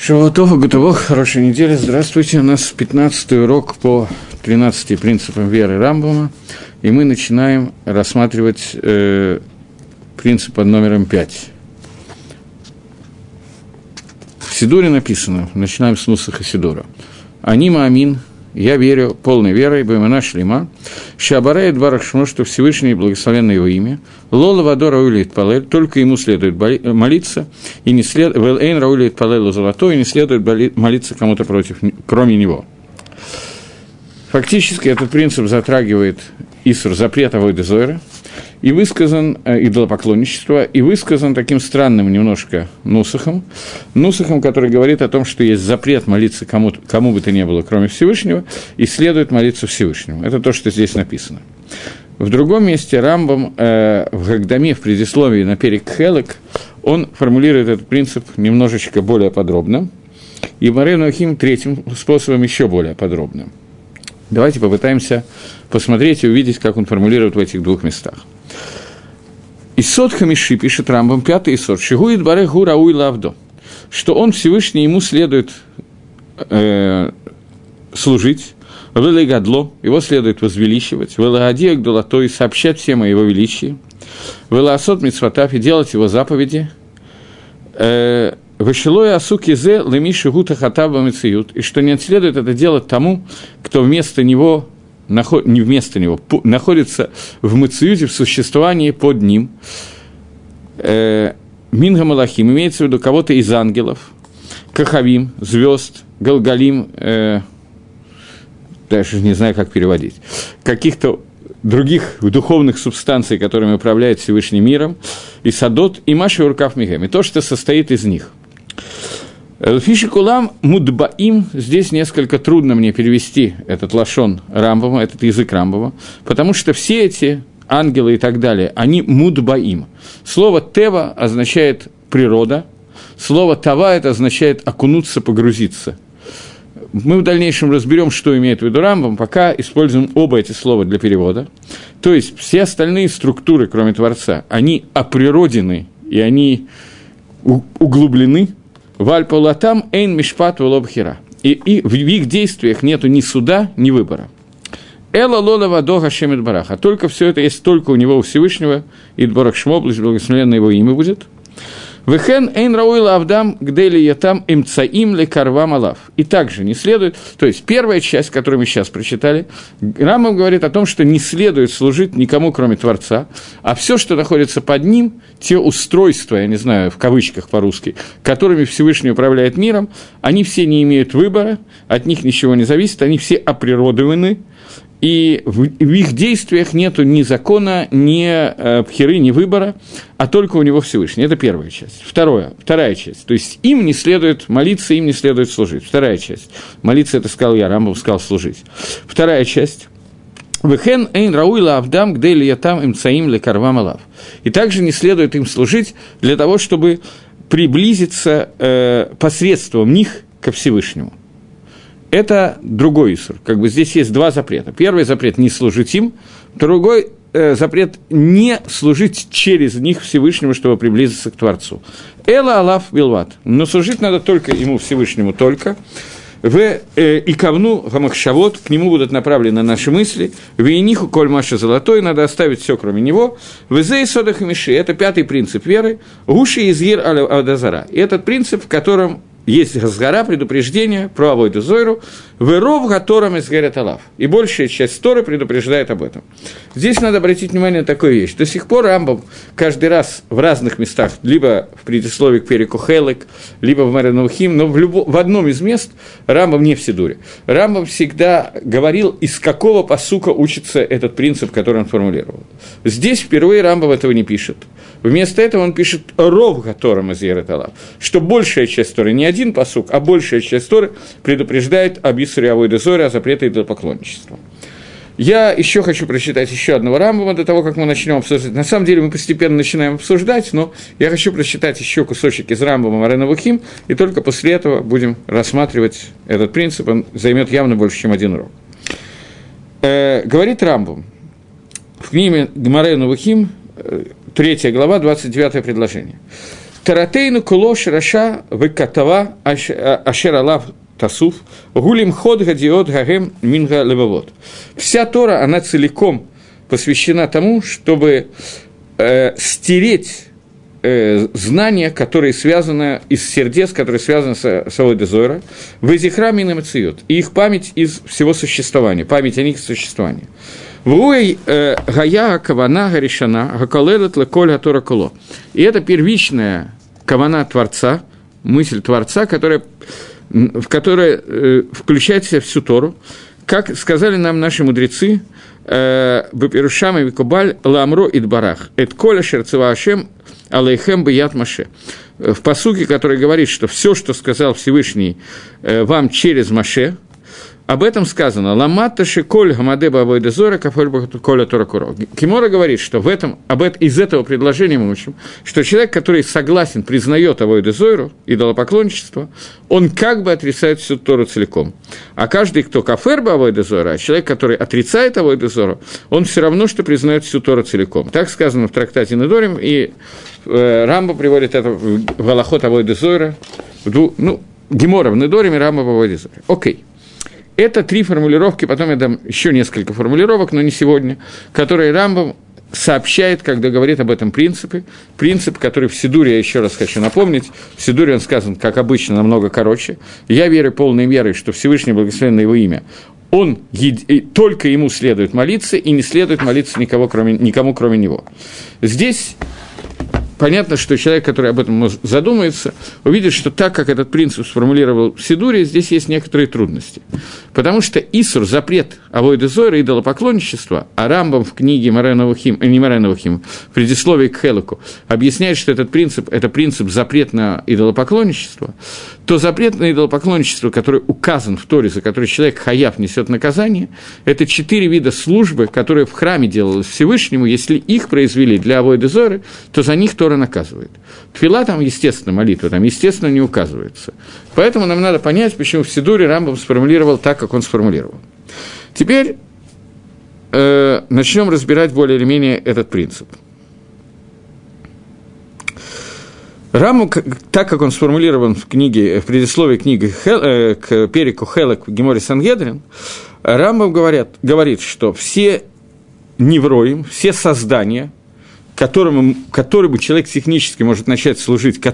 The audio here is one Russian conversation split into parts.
Шавуатов, Гутавох, хорошей недели, здравствуйте. У нас 15-й урок по 13 принципам веры Рамбама, и мы начинаем рассматривать принцип под номером 5. В Сидуре написано, начинаем с Нусаха Сидура. «Анима амин, я верю полной верой, бэмэна шлема, шабарает барах шмо, что Всевышний, благословенное его имя, лола вадо раулит палель, только ему следует молиться, и не следует, вэлэйн раулит палелу золотой, и не следует молиться кому-то против, кроме него». Фактически этот принцип затрагивает исур, запрет авойда зойра, и высказан идолопоклонничество, и высказан таким странным немножко нусахом, который говорит о том, что есть запрет молиться кому бы то ни было, кроме Всевышнего, и следует молиться Всевышнему. Это то, что здесь написано. В другом месте Рамбам в Гагдаме, в предисловии на перек Хелек, он формулирует этот принцип немножечко более подробно, и Морей Нохим третьим способом еще более подробно. Давайте попытаемся посмотреть и увидеть, как он формулирует в этих двух местах. Исод Хамиши, пишет Рамбам, 5-й Исод, «Шигуит барех гу рауй лавдо», что он Всевышний, ему следует служить, «Вэлэй гадло», его следует возвеличивать, «Вэлэй адиак долото» и сообщать всем о его величии, «Вэлэй асот митцватав» и делать его заповеди, «Вэшилой асуки зе лэмиши гута хатаба мециют», и что не следует это делать тому, кто находится в мециюте, в существовании под ним. Минга Малахим, имеется в виду кого-то из ангелов, Кахавим, звезд, Галгалим, даже не знаю, как переводить, каких-то других духовных субстанций, которыми управляет Всевышний миром, и Садот, и Маши Уркав Мигем, и то, что состоит из них. Фишикулам мудбаим, здесь несколько трудно мне перевести этот лашон Рамбама, этот язык Рамбама, потому что все эти ангелы и так далее, они мудбаим. Слово «тева» означает «природа», слово «тава» это означает «окунуться», «погрузиться». Мы в дальнейшем разберем, что имеет в виду Рамбам, пока используем оба эти слова для перевода. То есть все остальные структуры, кроме Творца, они оприродены и они углублены. «Вальпалатам эйн мишпат волобхира». И в их действиях нету ни суда, ни выбора. «Эла лола вадо хашем идбарах». А только все это есть только у него, у Всевышнего, идбарах шмо, благословенное его имя будет. «Вэхэн эйн рауила авдам гдели ятам имцаим ле карвам алав». И также не следует, то есть первая часть, которую мы сейчас прочитали, Рамбам говорит о том, что не следует служить никому, кроме Творца, а все, что находится под ним, те устройства, я не знаю, в кавычках по-русски, которыми Всевышний управляет миром, они все не имеют выбора, от них ничего не зависит, они все оприродованы, и в их действиях нету ни закона, ни пхиры, ни выбора, а только у него Всевышний. Это первая часть. Вторая часть. То есть им не следует молиться, им не следует служить. Вторая часть. Молиться, это сказал я, Рамбам сказал служить. Вторая часть. «Вэхэн эйн рауила авдам гдели ятам имцаим ле карвам алав». И также не следует им служить для того, чтобы приблизиться посредством них ко Всевышнему. Это другой исур. Как бы здесь есть два запрета. Первый запрет – не служить им, другой запрет – не служить через них Всевышнему, чтобы приблизиться к Творцу. «Эла алав билват». Но служить надо только ему, Всевышнему, только. И ковну гамахшавот, к нему будут направлены наши мысли. Вейниху коль маша золотой, надо оставить все, кроме него. Везей содах и миши, это пятый принцип веры. Гуши изгир адазара. И этот принцип, в котором есть газгара, предупреждение про авойду зойру, выров которым изгорят алав. И большая часть Торы предупреждает об этом. Здесь надо обратить внимание на такую вещь. До сих пор Рамбам каждый раз в разных местах, либо в предисловии к переку Хелек, либо в Морей Нохим, но в одном из мест Рамбам не в Сидуре. Рамбам всегда говорил, из какого пасука учится этот принцип, который он формулировал. Здесь впервые Рамбам этого не пишет. Вместо этого он пишет «ров которым изгорят алав», что большая часть Торы, не один пасук, а большая часть Торы предупреждает об исуре авойда зойра, о запрете идолопоклонничества. Я еще хочу прочитать еще одного Рамбама до того, как мы начнем обсуждать. На самом деле мы постепенно начинаем обсуждать, но я хочу прочитать еще кусочек из Рамбама Морей Нохим, и только после этого будем рассматривать этот принцип, он займет явно больше, чем один урок. Говорит Рамбам в книге Морей Нохим, 3 глава, 29 предложение. Таратейну куло шираша выкатава ашералав тасуф гулим ход гадиот гагем минга левовод. Вся Тора, она целиком посвящена тому, чтобы стереть знания, которые связаны из сердец, которые связаны с Авойдой Зора, в Эзихра Мин Мециют, и их память из всего существования, память о них существования. Вуэй гая кавана гаришана гакалелет леколь гатора коло. И это первичная кавана Творца, мысль Творца, в которой включает в себя всю Тору. Как сказали нам наши мудрецы, Бепирушам и Викубаль ламро идбарах, эт коля шерцева ашем алейхем бьят маше. В пасуке, который говорит, что все, что сказал Всевышний вам через Маше, об этом сказано «Ламатта шеколь гамадеба авойда зора кафоль коля торакуро». Кимора говорит, что из этого предложения мы учим, что человек, который согласен, признает авойда зору, идолопоклонничество, он как бы отрицает всю Тору целиком. А каждый, кто каферба авойда зора, а человек, который отрицает авойда зору, он все равно, что признает всю Тору целиком. Так сказано в трактате Недорим, и Рамба приводит это в Галахот авойда зора, Гемора в Недориме, Рамба в авойда зора. Окей. Это 3 формулировки, потом я дам еще несколько формулировок, но не сегодня, которые Рамбам сообщает, когда говорит об этом принципе. Принцип, который в Сидуре, я еще раз хочу напомнить, в Сидуре он сказан, как обычно, намного короче. Я верю полной верой, что Всевышний благословен на его имя. Только ему следует молиться, и не следует молиться никому, кроме него. Здесь понятно, что человек, который об этом задумается, увидит, что так, как этот принцип сформулировал в Сидуре, здесь есть некоторые трудности. Потому что Исур, запрет авойда зора, идолопоклонничества, а Рамбам в книге в предисловии к Хелеку объясняет, что этот принцип – это принцип запрет на идолопоклонничество, то запрет на идолопоклонничество, который указан в Торе, за который человек хаяв несет наказание, это 4 вида службы, которые в храме делалось Всевышнему. Если их произвели для авойда зоры, то за них Тора наказывает. Тфила там, естественно, молитва там, естественно, не указывается. Поэтому нам надо понять, почему в Сидуре Рамбам сформулировал так, как он сформулировал. Теперь начнем разбирать более или менее этот принцип. Рамбам, так как он сформулирован в предисловии книги к перику Хелек в Геморе Сангедрин, Рамбам говорит, что все невроим, все создания, которым человек технически может начать служить, и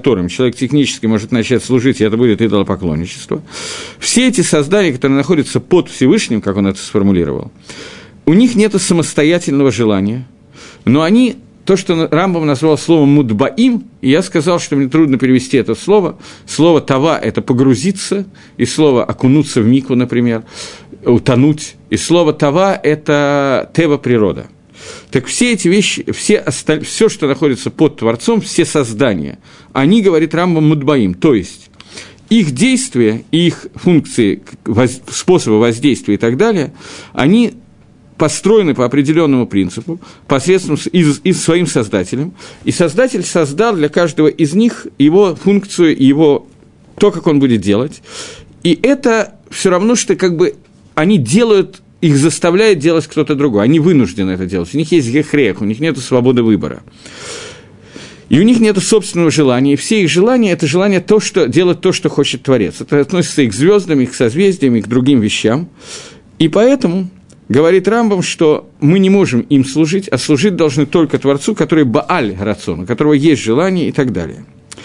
это будет идолопоклонничество, все эти создания, которые находятся под Всевышним, как он это сформулировал, у них нет самостоятельного желания, но они, то, что Рамбам назвал словом «мудбаим», и я сказал, что мне трудно перевести это слово. Слово «тава» – это погрузиться, и слово «окунуться в микву», например, утонуть, и слово «тава» – это «тева» – природа. Так все эти вещи, все, что находится под Творцом, все создания, они, говорит Рамбам, мудбаим, то есть их действия, их функции, способы воздействия и так далее, они построены по определенному принципу, посредством и своим создателем, и создатель создал для каждого из них его функцию, то, как он будет делать, и это все равно, что как бы они делают, их заставляет делать кто-то другой, они вынуждены это делать, у них есть гехрех, у них нет свободы выбора. И у них нет собственного желания, и все их желания – это желание делать то, что хочет Творец. Это относится и к звездам, и к созвездиям, и к другим вещам. И поэтому говорит Рамбам, что мы не можем им служить, а служить должны только Творцу, который Бааль Рацон, у которого есть желание и так далее.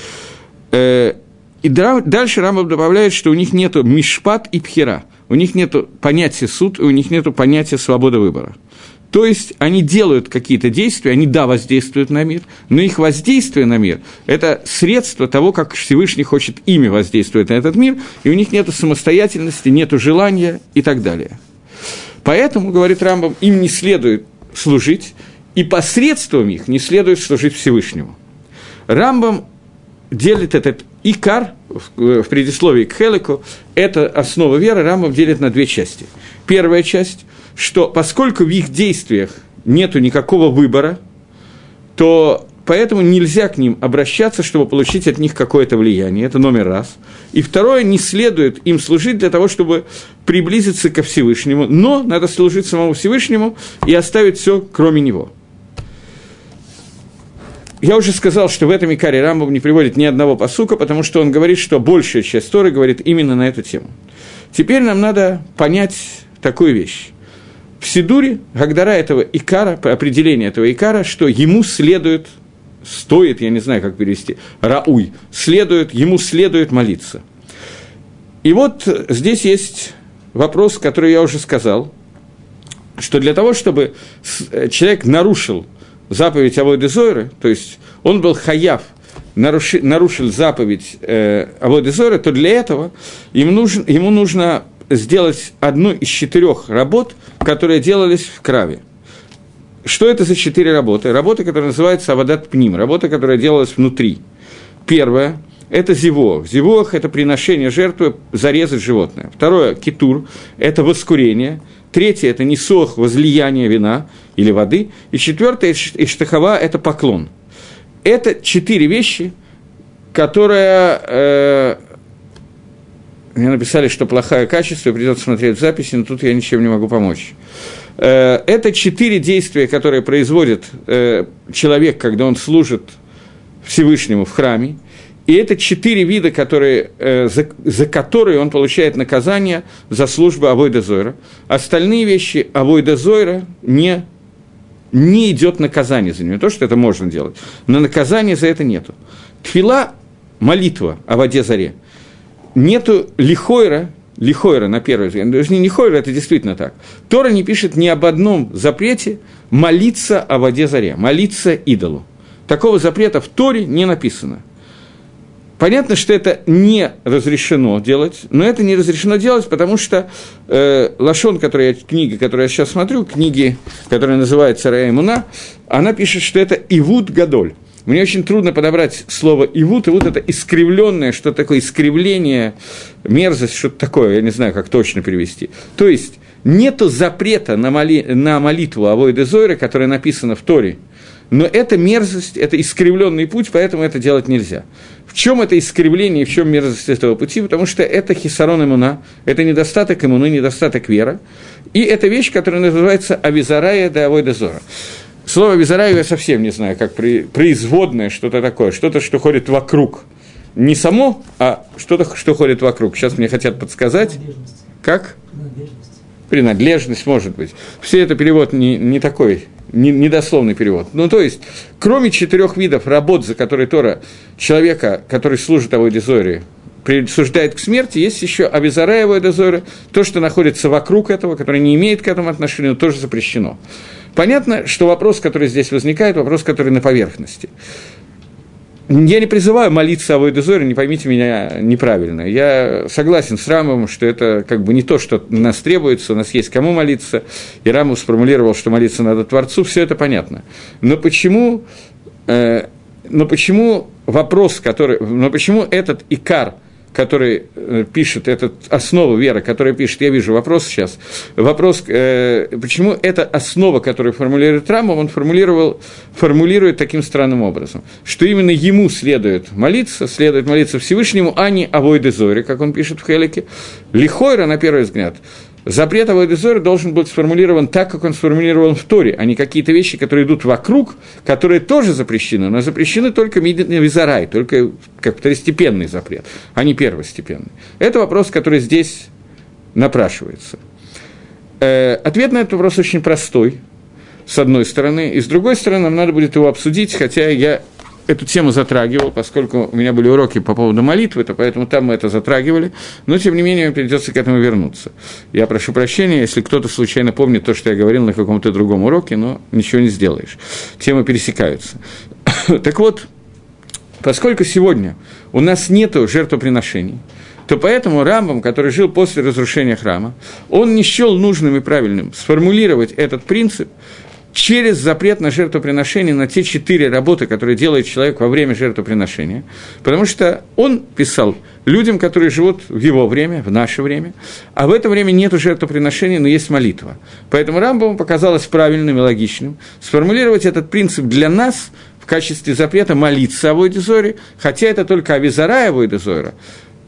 И дальше Рамбам добавляет, что у них нет мишпат и пхера, у них нет понятия суд, и у них нет понятия свободы выбора. То есть они делают какие-то действия, они, воздействуют на мир, но их воздействие на мир – это средство того, как Всевышний хочет ими воздействовать на этот мир, и у них нет самостоятельности, нет желания и так далее. Поэтому, говорит Рамбам, им не следует служить, и посредством их не следует служить Всевышнему. Рамбам делит этот икар в предисловии к Хелеку, это основа веры, Рамбам делит на 2 части. Первая часть, что поскольку в их действиях нету никакого выбора, то поэтому нельзя к ним обращаться, чтобы получить от них какое-то влияние, это номер раз. И второе, не следует им служить для того, чтобы приблизиться ко Всевышнему, но надо служить самому Всевышнему и оставить все, кроме него. я уже сказал, что в этом Икаре Рамбам не приводит ни одного пасука, потому что он говорит, что большая часть Торы говорит именно на эту тему. Теперь нам надо понять такую вещь. В Сидуре Гагдара этого Икара, определение этого Икара, что ему стоит, я не знаю, как перевести, рауй, ему следует молиться. И вот здесь есть вопрос, который я уже сказал, что для того, чтобы человек нарушил заповедь Авойда Зойра, то есть он был хаяв, нарушил заповедь Авойда Зойра, то для этого ему нужно сделать одну из 4 работ, которые делались в Краве. Что это за 4 работы? Работа, которая называется Авадат Пним, работа, которая делалась внутри. Первое – это зивуах. Зивуах – это приношение жертвы, зарезать животное. Второе – китур – это воскурение. Третье – это нисуах, возлияние вина или воды. И четвертое – иштахава – это поклон. Это 4 вещи, которые… мне написали, что плохое качество, и придется смотреть в записи, но тут я ничем не могу помочь. Это 4 действия, которые производит человек, когда он служит Всевышнему в храме. И это 4 вида, за которые он получает наказание за службу Авойда Зойра. Остальные вещи Авойда Зойра не идет наказание за него. Не то, что это можно делать, но наказания за это нету. Тфила – молитва о воде заре. Нету лихойра на первый взгляд. Не лихойра, это действительно так. Тора не пишет ни об одном запрете молиться о воде заре, молиться идолу. Такого запрета в Торе не написано. Понятно, что это не разрешено делать, но это не разрешено делать, потому что лашон, книга, которую я сейчас смотрю, книги, которая называется «Рая Эмуна», она пишет, что это «ивут гадоль». Мне очень трудно подобрать слово «ивут». «Ивут» – это искривленное, что такое искривление, мерзость, что-то такое, я не знаю, как точно перевести. То есть, нету запрета на молитву Авойда Зойра, которая написана в Торе, но это мерзость, это искривленный путь, поэтому это делать нельзя. В чем это искривление и в чем мерзость этого пути? Потому что это хисарон эмуна, это недостаток эмуны, недостаток веры, и это вещь, которая называется «авизарая де Авойда Зойра». Слово «авизарая» я совсем не знаю, как производное что-то такое, что-то, что ходит вокруг. Не само, а что-то, что ходит вокруг. Сейчас мне хотят подсказать. Как? Принадлежность, может быть. Все это перевод не такой, не дословный перевод. Ну, то есть, кроме 4 видов работ, за которые Тора человека, который служит Авойде Зойре, присуждает к смерти, есть еще авизарая Авойда Зойра, то, что находится вокруг этого, которое не имеет к этому отношения, тоже запрещено. Понятно, что вопрос, который здесь возникает, вопрос, который на поверхности. Я не призываю молиться Авойде Зойре, не поймите меня неправильно. Я согласен с Рамбом, что это как бы не то, что нас требуется, у нас есть кому молиться, и Рамбов сформулировал, что молиться надо Творцу, все это понятно. Но почему этот икар, который пишет, этот основу веры, которая пишет, я вижу вопрос сейчас, почему эта основа, которую формулирует Рамбам, он формулирует таким странным образом, что именно ему следует молиться Всевышнему, а не Авойде Зойре, как он пишет в Хелике. Лихойра, на первый взгляд, запрет Авойде Зойре должен быть сформулирован так, как он сформулирован в Торе, а не какие-то вещи, которые идут вокруг, которые тоже запрещены, но запрещены только визарай, только как второстепенный запрет, а не первостепенный. Это вопрос, который здесь напрашивается. Ответ на этот вопрос очень простой, с одной стороны, и с другой стороны, нам надо будет его обсудить, хотя я эту тему затрагивал, поскольку у меня были уроки по поводу молитвы, то поэтому там мы это затрагивали, но, тем не менее, мне придется к этому вернуться. Я прошу прощения, если кто-то случайно помнит то, что я говорил на каком-то другом уроке, но ничего не сделаешь. Темы пересекаются. Так вот, поскольку сегодня у нас нет жертвоприношений, то поэтому Рамбам, который жил после разрушения храма, он не счел нужным и правильным сформулировать этот принцип через запрет на жертвоприношение, на те 4 работы, которые делает человек во время жертвоприношения, потому что он писал людям, которые живут в его время, в наше время, а в это время нет жертвоприношения, но есть молитва. Поэтому Рамбаму показалось правильным и логичным сформулировать этот принцип для нас в качестве запрета молиться Авойде Зойре, хотя это только авизарая Авойде Зойра.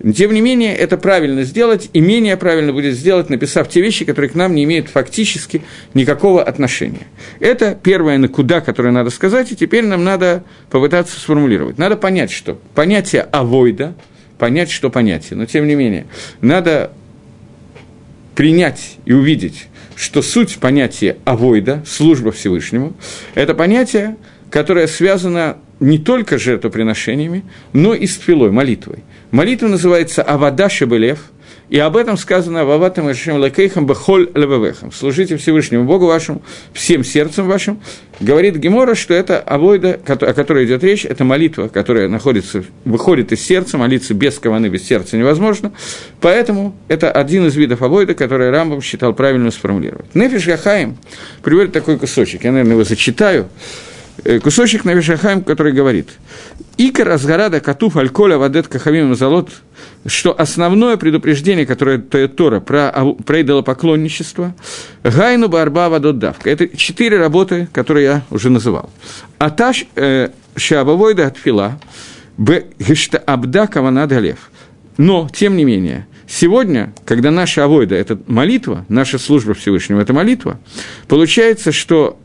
Тем не менее, это правильно сделать, и менее правильно будет сделать, написав те вещи, которые к нам не имеют фактически никакого отношения. Это первое накуда, которое надо сказать, и теперь нам надо попытаться сформулировать. Надо понять, что понятие авойда, понять, что понятие, но тем не менее, надо принять и увидеть, что суть понятия авойда, служба Всевышнему, это понятие, которое связано не только с жертвоприношениями, но и с тфилой, молитвой. Молитва называется «Авада шебелев», и об этом сказано «Ваватам эшем лекейхам бехоль левевехам». «Служите Всевышнему Богу вашему всем сердцем вашим». Говорит Гемора, что это авойда, о которой идет речь, это молитва, которая выходит из сердца, молиться без каваны, без сердца невозможно. Поэтому это один из видов авойда, который Рамбам считал правильно сформулировать. Нефеш ха-Хаим приводит такой кусочек, я, наверное, его зачитаю. Кусочек Нефеш ха-Хаим, который говорит: «Икар азгарада катуф аль-коля вадет кахавим залот», что основное предупреждение, которое дает Тора про идолопоклонничество, гайну барба вадот давка. Это 4 работы, которые я уже называл. Аташ шабавойда атфила б гешта абда кавана далев. Но, тем не менее, сегодня, когда наша авойда – это молитва, наша служба Всевышнему – это молитва, получается, что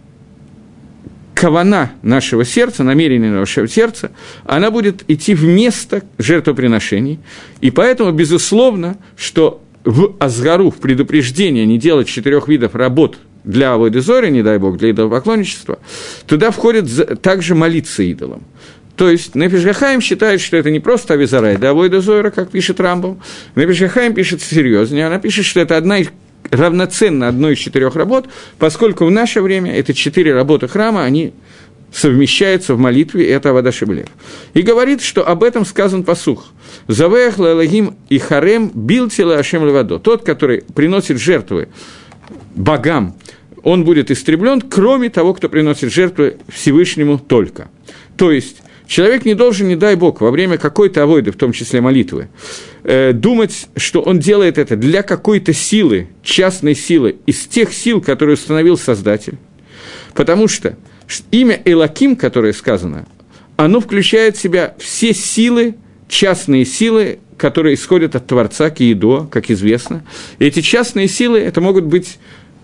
кавана нашего сердца, намерение нашего сердца, она будет идти вместо жертвоприношений. И поэтому, безусловно, что в Азгару, в предупреждение не делать 4 видов работ для авойды зоры, не дай бог, для идолопоклонничества, туда входит также молиться идолам. То есть Нефеш ха-Хаим считает, что это не просто авизарай, да авойда зора, как пишет Рамбам. Нефеш ха-Хаим пишет серьезнее, она пишет, что это равноценно одной из 4 работ, поскольку в наше время эти 4 работы храма, они совмещаются в молитве, и это авада шебелев. И говорит, что об этом сказан пасух. «Завеях лалагим и харем бил тела ашем левадо». Тот, который приносит жертвы богам, он будет истреблен, кроме того, кто приносит жертвы Всевышнему только. То есть человек не должен, не дай Бог, во время какой-то авойды, в том числе молитвы, думать, что он делает это для какой-то силы, частной силы, из тех сил, которые установил Создатель. Потому что имя Элоким, которое сказано, оно включает в себя все силы, частные силы, которые исходят от Творца Киедо, как известно. И эти частные силы, это могут быть,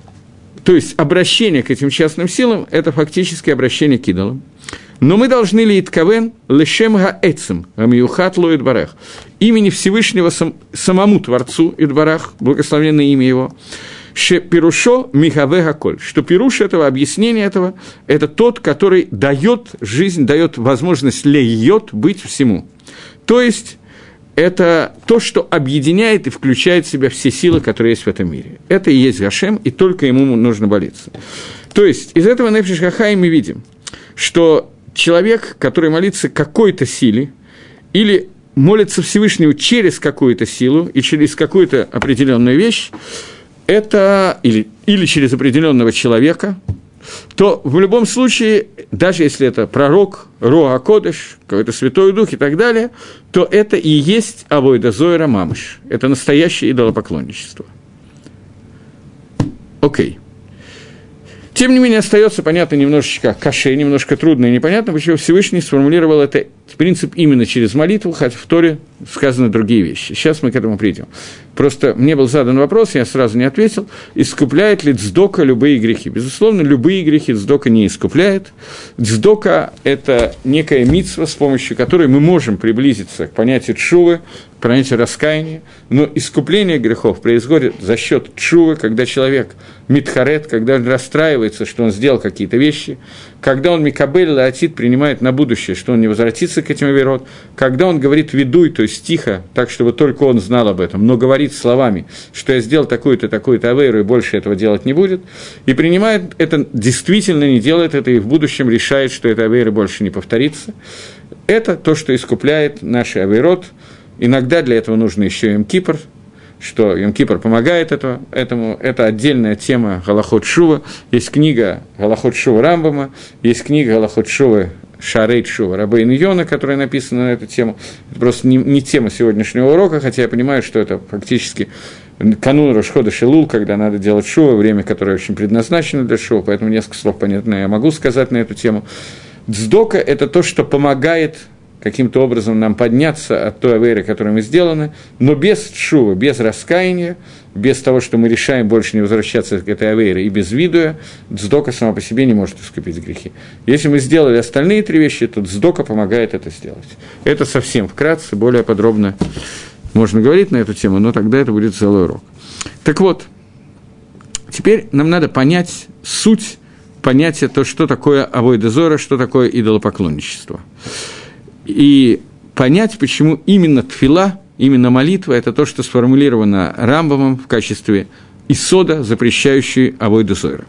то есть обращение к этим частным силам, это фактически обращение к идолам. Но мы должны ли иткавен лешем гаэцем, амиухат ло идбарах, имени Всевышнего самому Творцу идбарах, благословенное имя его, ше пирушо михаве гаколь, что пируш этого, объяснение этого, это тот, который дает жизнь, дает возможность лейот быть всему. То есть это то, что объединяет и включает в себя все силы, которые есть в этом мире. Это и есть Гашем, и только ему нужно молиться. То есть из этого Нефеш ха-Хаим мы видим, что человек, который молится какой-то силе, или молится Всевышнему через какую-то силу и через какую-то определенную вещь, это или через определенного человека, то в любом случае, даже если это пророк, Руах ха-Кодеш, какой-то Святой Дух и так далее, то это и есть авойда зоэра мамыш. Это настоящее идолопоклонничество. Окей. Тем не менее, остается, понятно, немножечко каше, немножко трудно и непонятно, почему Всевышний сформулировал это принцип именно через молитву, хотя в Торе сказаны другие вещи. Сейчас мы к этому придем. Просто мне был задан вопрос, я сразу не ответил, искупляет ли цдока любые грехи. Безусловно, любые грехи цдока не искупляет. Цдока – это некая мицва, с помощью которой мы можем приблизиться к понятию тшувы, к понятию раскаяния, но искупление грехов происходит за счет тшувы, когда человек митхарет, когда он расстраивается, что он сделал какие-то вещи, когда он микабель лаатит, принимает на будущее, что он не возвратится к этим аверот, когда он говорит ведуй, то есть тихо, так, чтобы только он знал об этом, но говорит словами, что я сделал такую-то, такую-то аверу, и больше этого делать не будет, и принимает это, действительно не делает это, и в будущем решает, что эта авера больше не повторится. Это то, что искупляет наши аверот. Иногда для этого нужно еще Йом-Кипр, что Йом-Кипр помогает этому. Это отдельная тема Галахот Шува. Есть книга Галахот Шува Рамбама, есть книга Галахот Шува Шарейт Шува Рабейну Йона, которая написана на эту тему. Это просто не тема сегодняшнего урока, хотя я понимаю, что это фактически канун Рош ходеш Элул, когда надо делать шува, время, которое очень предназначено для шува, поэтому несколько слов понятно я могу сказать на эту тему. Цдока – это то, что помогает каким-то образом нам подняться от той авейры, которой мы сделаны, но без тшува, без раскаяния, без того, что мы решаем больше не возвращаться к этой авейре, и без видуя, цдока сама по себе не может искупить грехи. Если мы сделали остальные три вещи, то цдока помогает это сделать. Это совсем вкратце, более подробно можно говорить на эту тему, но тогда это будет целый урок. Так вот, теперь нам надо понять суть понятия, то, что такое авойда зора, что такое идолопоклонничество. И понять, почему именно тфила, именно молитва – это то, что сформулировано Рамбамом в качестве исода, запрещающей авойду зора.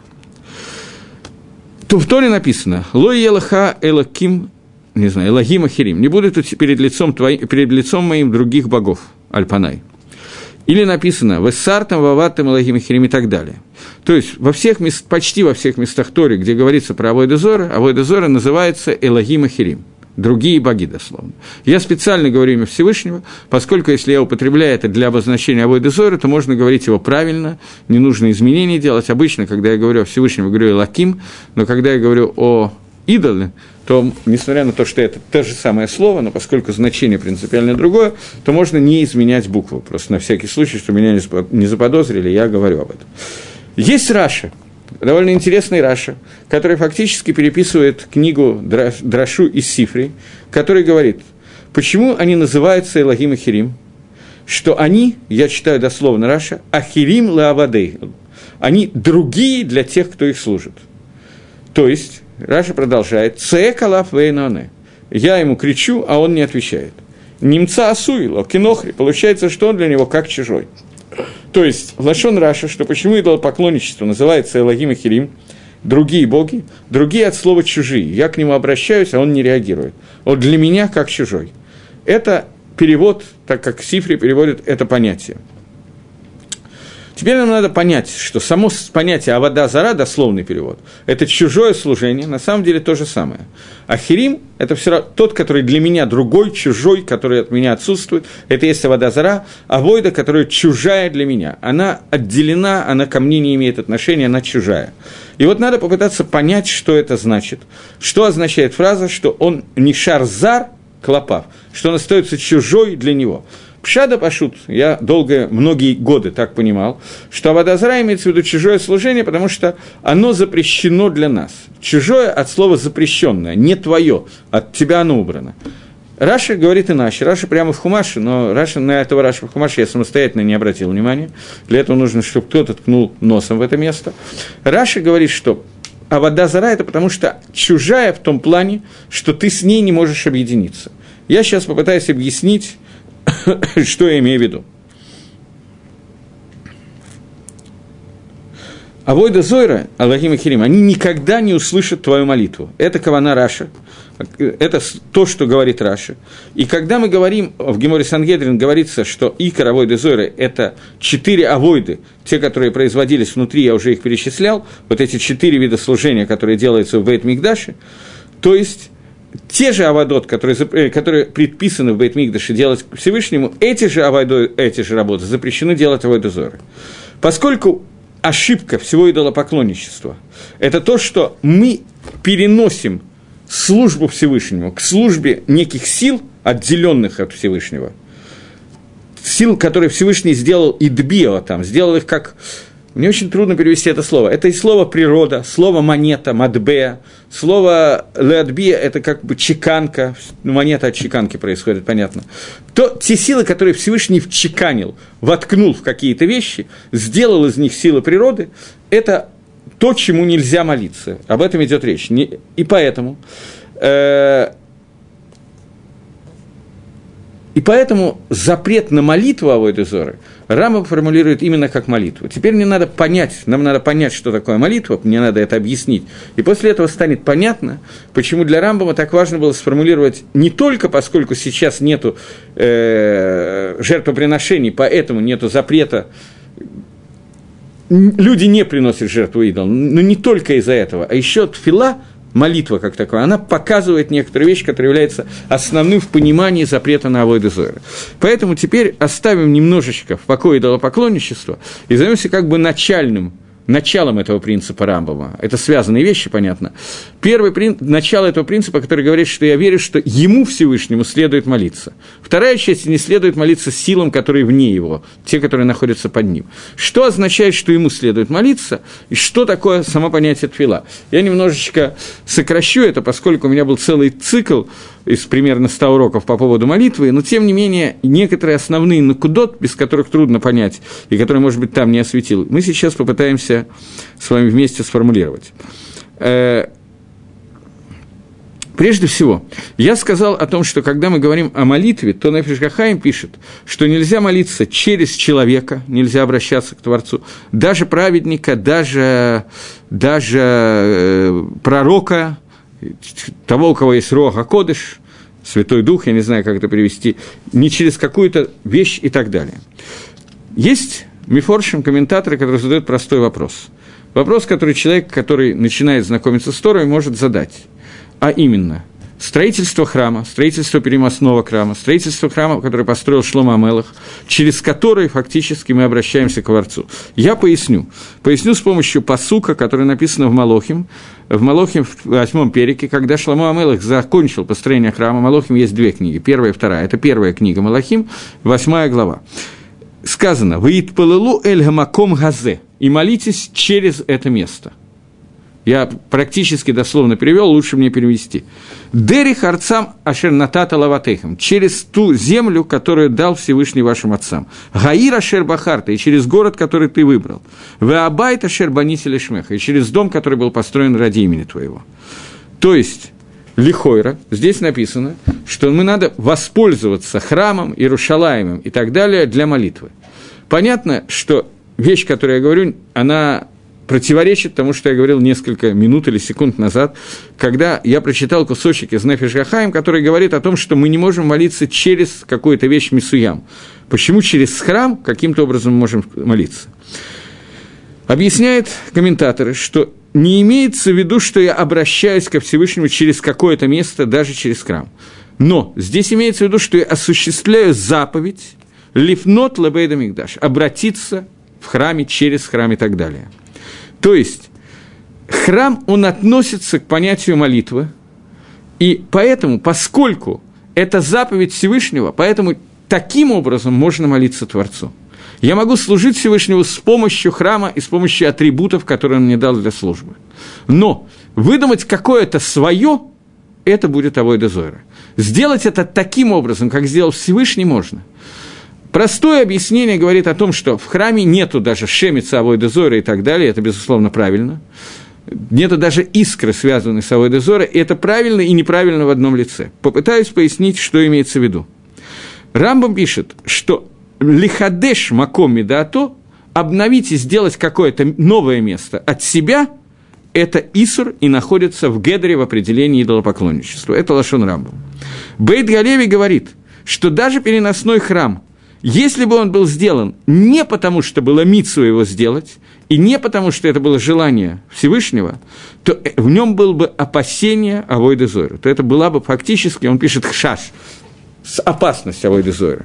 То в Торе написано «Ло елаха элаким», не знаю, «Элогим ахирим», «Не будет перед лицом моим других богов», Альпанай. Или написано «Вессартам ваваттам элогим ахирим» и так далее. То есть почти во всех местах Торы, где говорится про авойду зора называется «Элогим ахирим». Другие боги, дословно. Я специально говорю имя Всевышнего, поскольку если я употребляю это для обозначения авойды зоры, то можно говорить его правильно, не нужно изменений делать. Обычно, когда я говорю о Всевышнем, я говорю «элаким», но когда я говорю о идоле, то, несмотря на то, что это то же самое слово, но поскольку значение принципиально другое, то можно не изменять букву. Просто на всякий случай, чтобы меня не заподозрили, я говорю об этом. Есть Раша. Довольно интересный Раша, который фактически переписывает книгу Драшу из Сифри, который говорит, почему они называются Элогим Ахирим, что они, я читаю дословно Раша, Ахирим лаавадей, они другие для тех, кто их служит. То есть, Раша продолжает, Цеэкалаф вейноне, я ему кричу, а он не отвечает. Немца асуило, кинохри, получается, что он для него как чужой. То есть, лашон Раша, что почему идолопоклонничество называется Элогим Ахирим, другие боги, другие от слова чужие. Я к нему обращаюсь, а он не реагирует. Он для меня как чужой. Это перевод, так как Сифри переводит это понятие. Теперь нам надо понять, что само понятие «авода зара», дословный перевод, это чужое служение, на самом деле то же самое. Ахирим – это все равно тот, который для меня другой, чужой, который от меня отсутствует, это есть авода зара, авойда, которая чужая для меня. Она отделена, она ко мне не имеет отношения, она чужая. И вот надо попытаться понять, что это значит. Что означает фраза, что он не шарзар, клопав, что он остается чужой для него. Пшада пашут, я многие годы так понимал, что авода зара имеется в виду чужое служение, потому что оно запрещено для нас. Чужое от слова запрещенное, не твое, от тебя оно убрано. Раша говорит иначе, Раша прямо в Хумаше, но на этого Раша в Хумаше я самостоятельно не обратил внимания, для этого нужно, чтобы кто-то ткнул носом в это место. Раша говорит, что авода зара – это потому что чужая в том плане, что ты с ней не можешь объединиться. Я сейчас попытаюсь объяснить, что я имею в виду. Авойда зора, Элогим Ахирим, они никогда не услышат твою молитву. Это кавана Раша, это то, что говорит Раша. И когда мы говорим, в Геморе Сангедрин говорится, что икор авойда зора – это 4 авойды, те, которые производились внутри, я уже их перечислял, вот эти 4 вида служения, которые делаются в Бейт-Микдаше, то есть те же аводот, которые предписаны в Бейт-Микдаше делать к Всевышнему, эти же работы запрещены делать авойду зоры. Поскольку ошибка всего идолопоклонничества – это то, что мы переносим службу Всевышнему к службе неких сил, отделенных от Всевышнего, сил, которые Всевышний сделал идбио, сделал их как… Мне очень трудно перевести это слово. Это и слово «природа», слово «монета», «матбея», слово «леадбия» – это как бы чеканка, монета от чеканки происходит, понятно. Те силы, которые Всевышний вчеканил, воткнул в какие-то вещи, сделал из них силы природы, это то, чему нельзя молиться. Об этом идет речь. И поэтому запрет на молитву авойда зоры Рамбам формулирует именно как молитву. Теперь нам надо понять, что такое молитва, мне надо это объяснить. И после этого станет понятно, почему для Рамбама так важно было сформулировать не только поскольку сейчас нету жертвоприношений, поэтому нету запрета, люди не приносят жертву идолам, но не только из-за этого, а еще тфила, молитва как такая, она показывает некоторые вещи, которые являются основным в понимании запрета на авойду зоры. Поэтому теперь оставим немножечко в покое идолопоклонничество и займемся как бы начальным началом этого принципа Рамбама. Это связанные вещи, понятно. Начало этого принципа, который говорит, что я верю, что ему, Всевышнему, следует молиться. Вторая часть, не следует молиться силам, которые вне его, те, которые находятся под ним. Что означает, что ему следует молиться, и что такое само понятие тфила? Я немножечко сокращу это, поскольку у меня был целый цикл из примерно 100 уроков по поводу молитвы, но, тем не менее, некоторые основные накудот, без которых трудно понять, и которые, может быть, там не осветил, мы сейчас попытаемся с вами вместе сформулировать. Прежде всего, я сказал о том, что когда мы говорим о молитве, то Нефеш га-Хаим пишет, что нельзя молиться через человека, нельзя обращаться к Творцу, даже праведника, даже пророка, того, у кого есть Руах ха-Кодеш, Святой Дух, я не знаю, как это перевести, не через какую-то вещь и так далее. Есть мифоршим комментаторы, которые задают простой вопрос. Вопрос, который человек, который начинает знакомиться с Торой, может задать. А именно, строительство храма, строительство переносного храма, строительство храма, который построил Шломо ха-Мелех, через который фактически мы обращаемся к Творцу. Я поясню. Поясню с помощью пасука, который написано в Малохим в 8 перике, когда Шломо ха-Мелех закончил построение храма. Малохим есть 2 книги, 1 и 2. Это 1 книга Малахим, 8 глава. Сказано: «Ваитпалелу эль гамаком газе» – «И молитесь через это место». Я практически дословно перевел, лучше мне перевести. «Дери харцам ашер натата лаватейхам» – через ту землю, которую дал Всевышний вашим отцам. «Гаир ашер бахарта» – и через город, который ты выбрал. «Веабайт ашер банити лешмеха» – и через дом, который был построен ради имени твоего. То есть, лихойра, здесь написано, что мы надо воспользоваться храмом, Иерушалаимом и так далее для молитвы. Понятно, что вещь, которую я говорю, она противоречит тому, что я говорил несколько минут или секунд назад, когда я прочитал кусочек из Нефеш га-Хаим, который говорит о том, что мы не можем молиться через какую-то вещь мисуям. Почему через храм каким-то образом мы можем молиться? Объясняют комментаторы, что не имеется в виду, что я обращаюсь ко Всевышнему через какое-то место, даже через храм. Но здесь имеется в виду, что я осуществляю заповедь «Лифнот лебейт микдаш» – обратиться в храме, через храм и так далее. То есть, храм, он относится к понятию молитвы, и поэтому, поскольку это заповедь Всевышнего, поэтому таким образом можно молиться Творцу. Я могу служить Всевышнему с помощью храма и с помощью атрибутов, которые он мне дал для службы. Но выдумать какое-то свое, это будет авойда зора. Сделать это таким образом, как сделал Всевышний, можно. Простое объяснение говорит о том, что в храме нету даже шемица авойда зора и так далее, это, безусловно, правильно. Нету даже искры, связанной с авойда зора, и это правильно и неправильно в одном лице. Попытаюсь пояснить, что имеется в виду. Рамбам пишет, что лихадеш маком мидаато, обновить и сделать какое-то новое место от себя, это исур и находится в гедере в определении идолопоклонничества. Это лашон Рамбам. Бейт Галеви говорит, что даже переносной храм, если бы он был сделан не потому, что было мицва его сделать, и не потому, что это было желание Всевышнего, то в нем было бы опасение авойда зора. То это была бы фактически, он пишет хшаш, опасность авойда зора.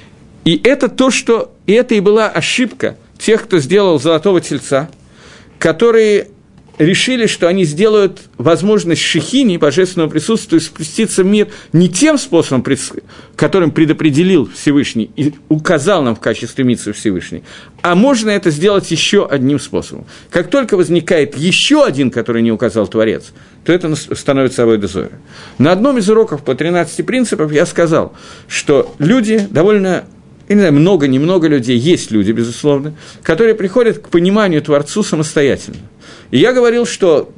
И это то, что... И это и была ошибка тех, кто сделал золотого тельца, которые решили, что они сделают возможность шехини, божественного присутствия, спуститься в мир не тем способом, которым предопределил Всевышний и указал нам в качестве мицвы Всевышний, а можно это сделать еще одним способом. Как только возникает еще один, который не указал Творец, то это становится авойда зора. На одном из уроков по 13 принципам я сказал, что люди довольно... Я не знаю, много-немного людей, есть люди, безусловно, которые приходят к пониманию Творцу самостоятельно. И я говорил, что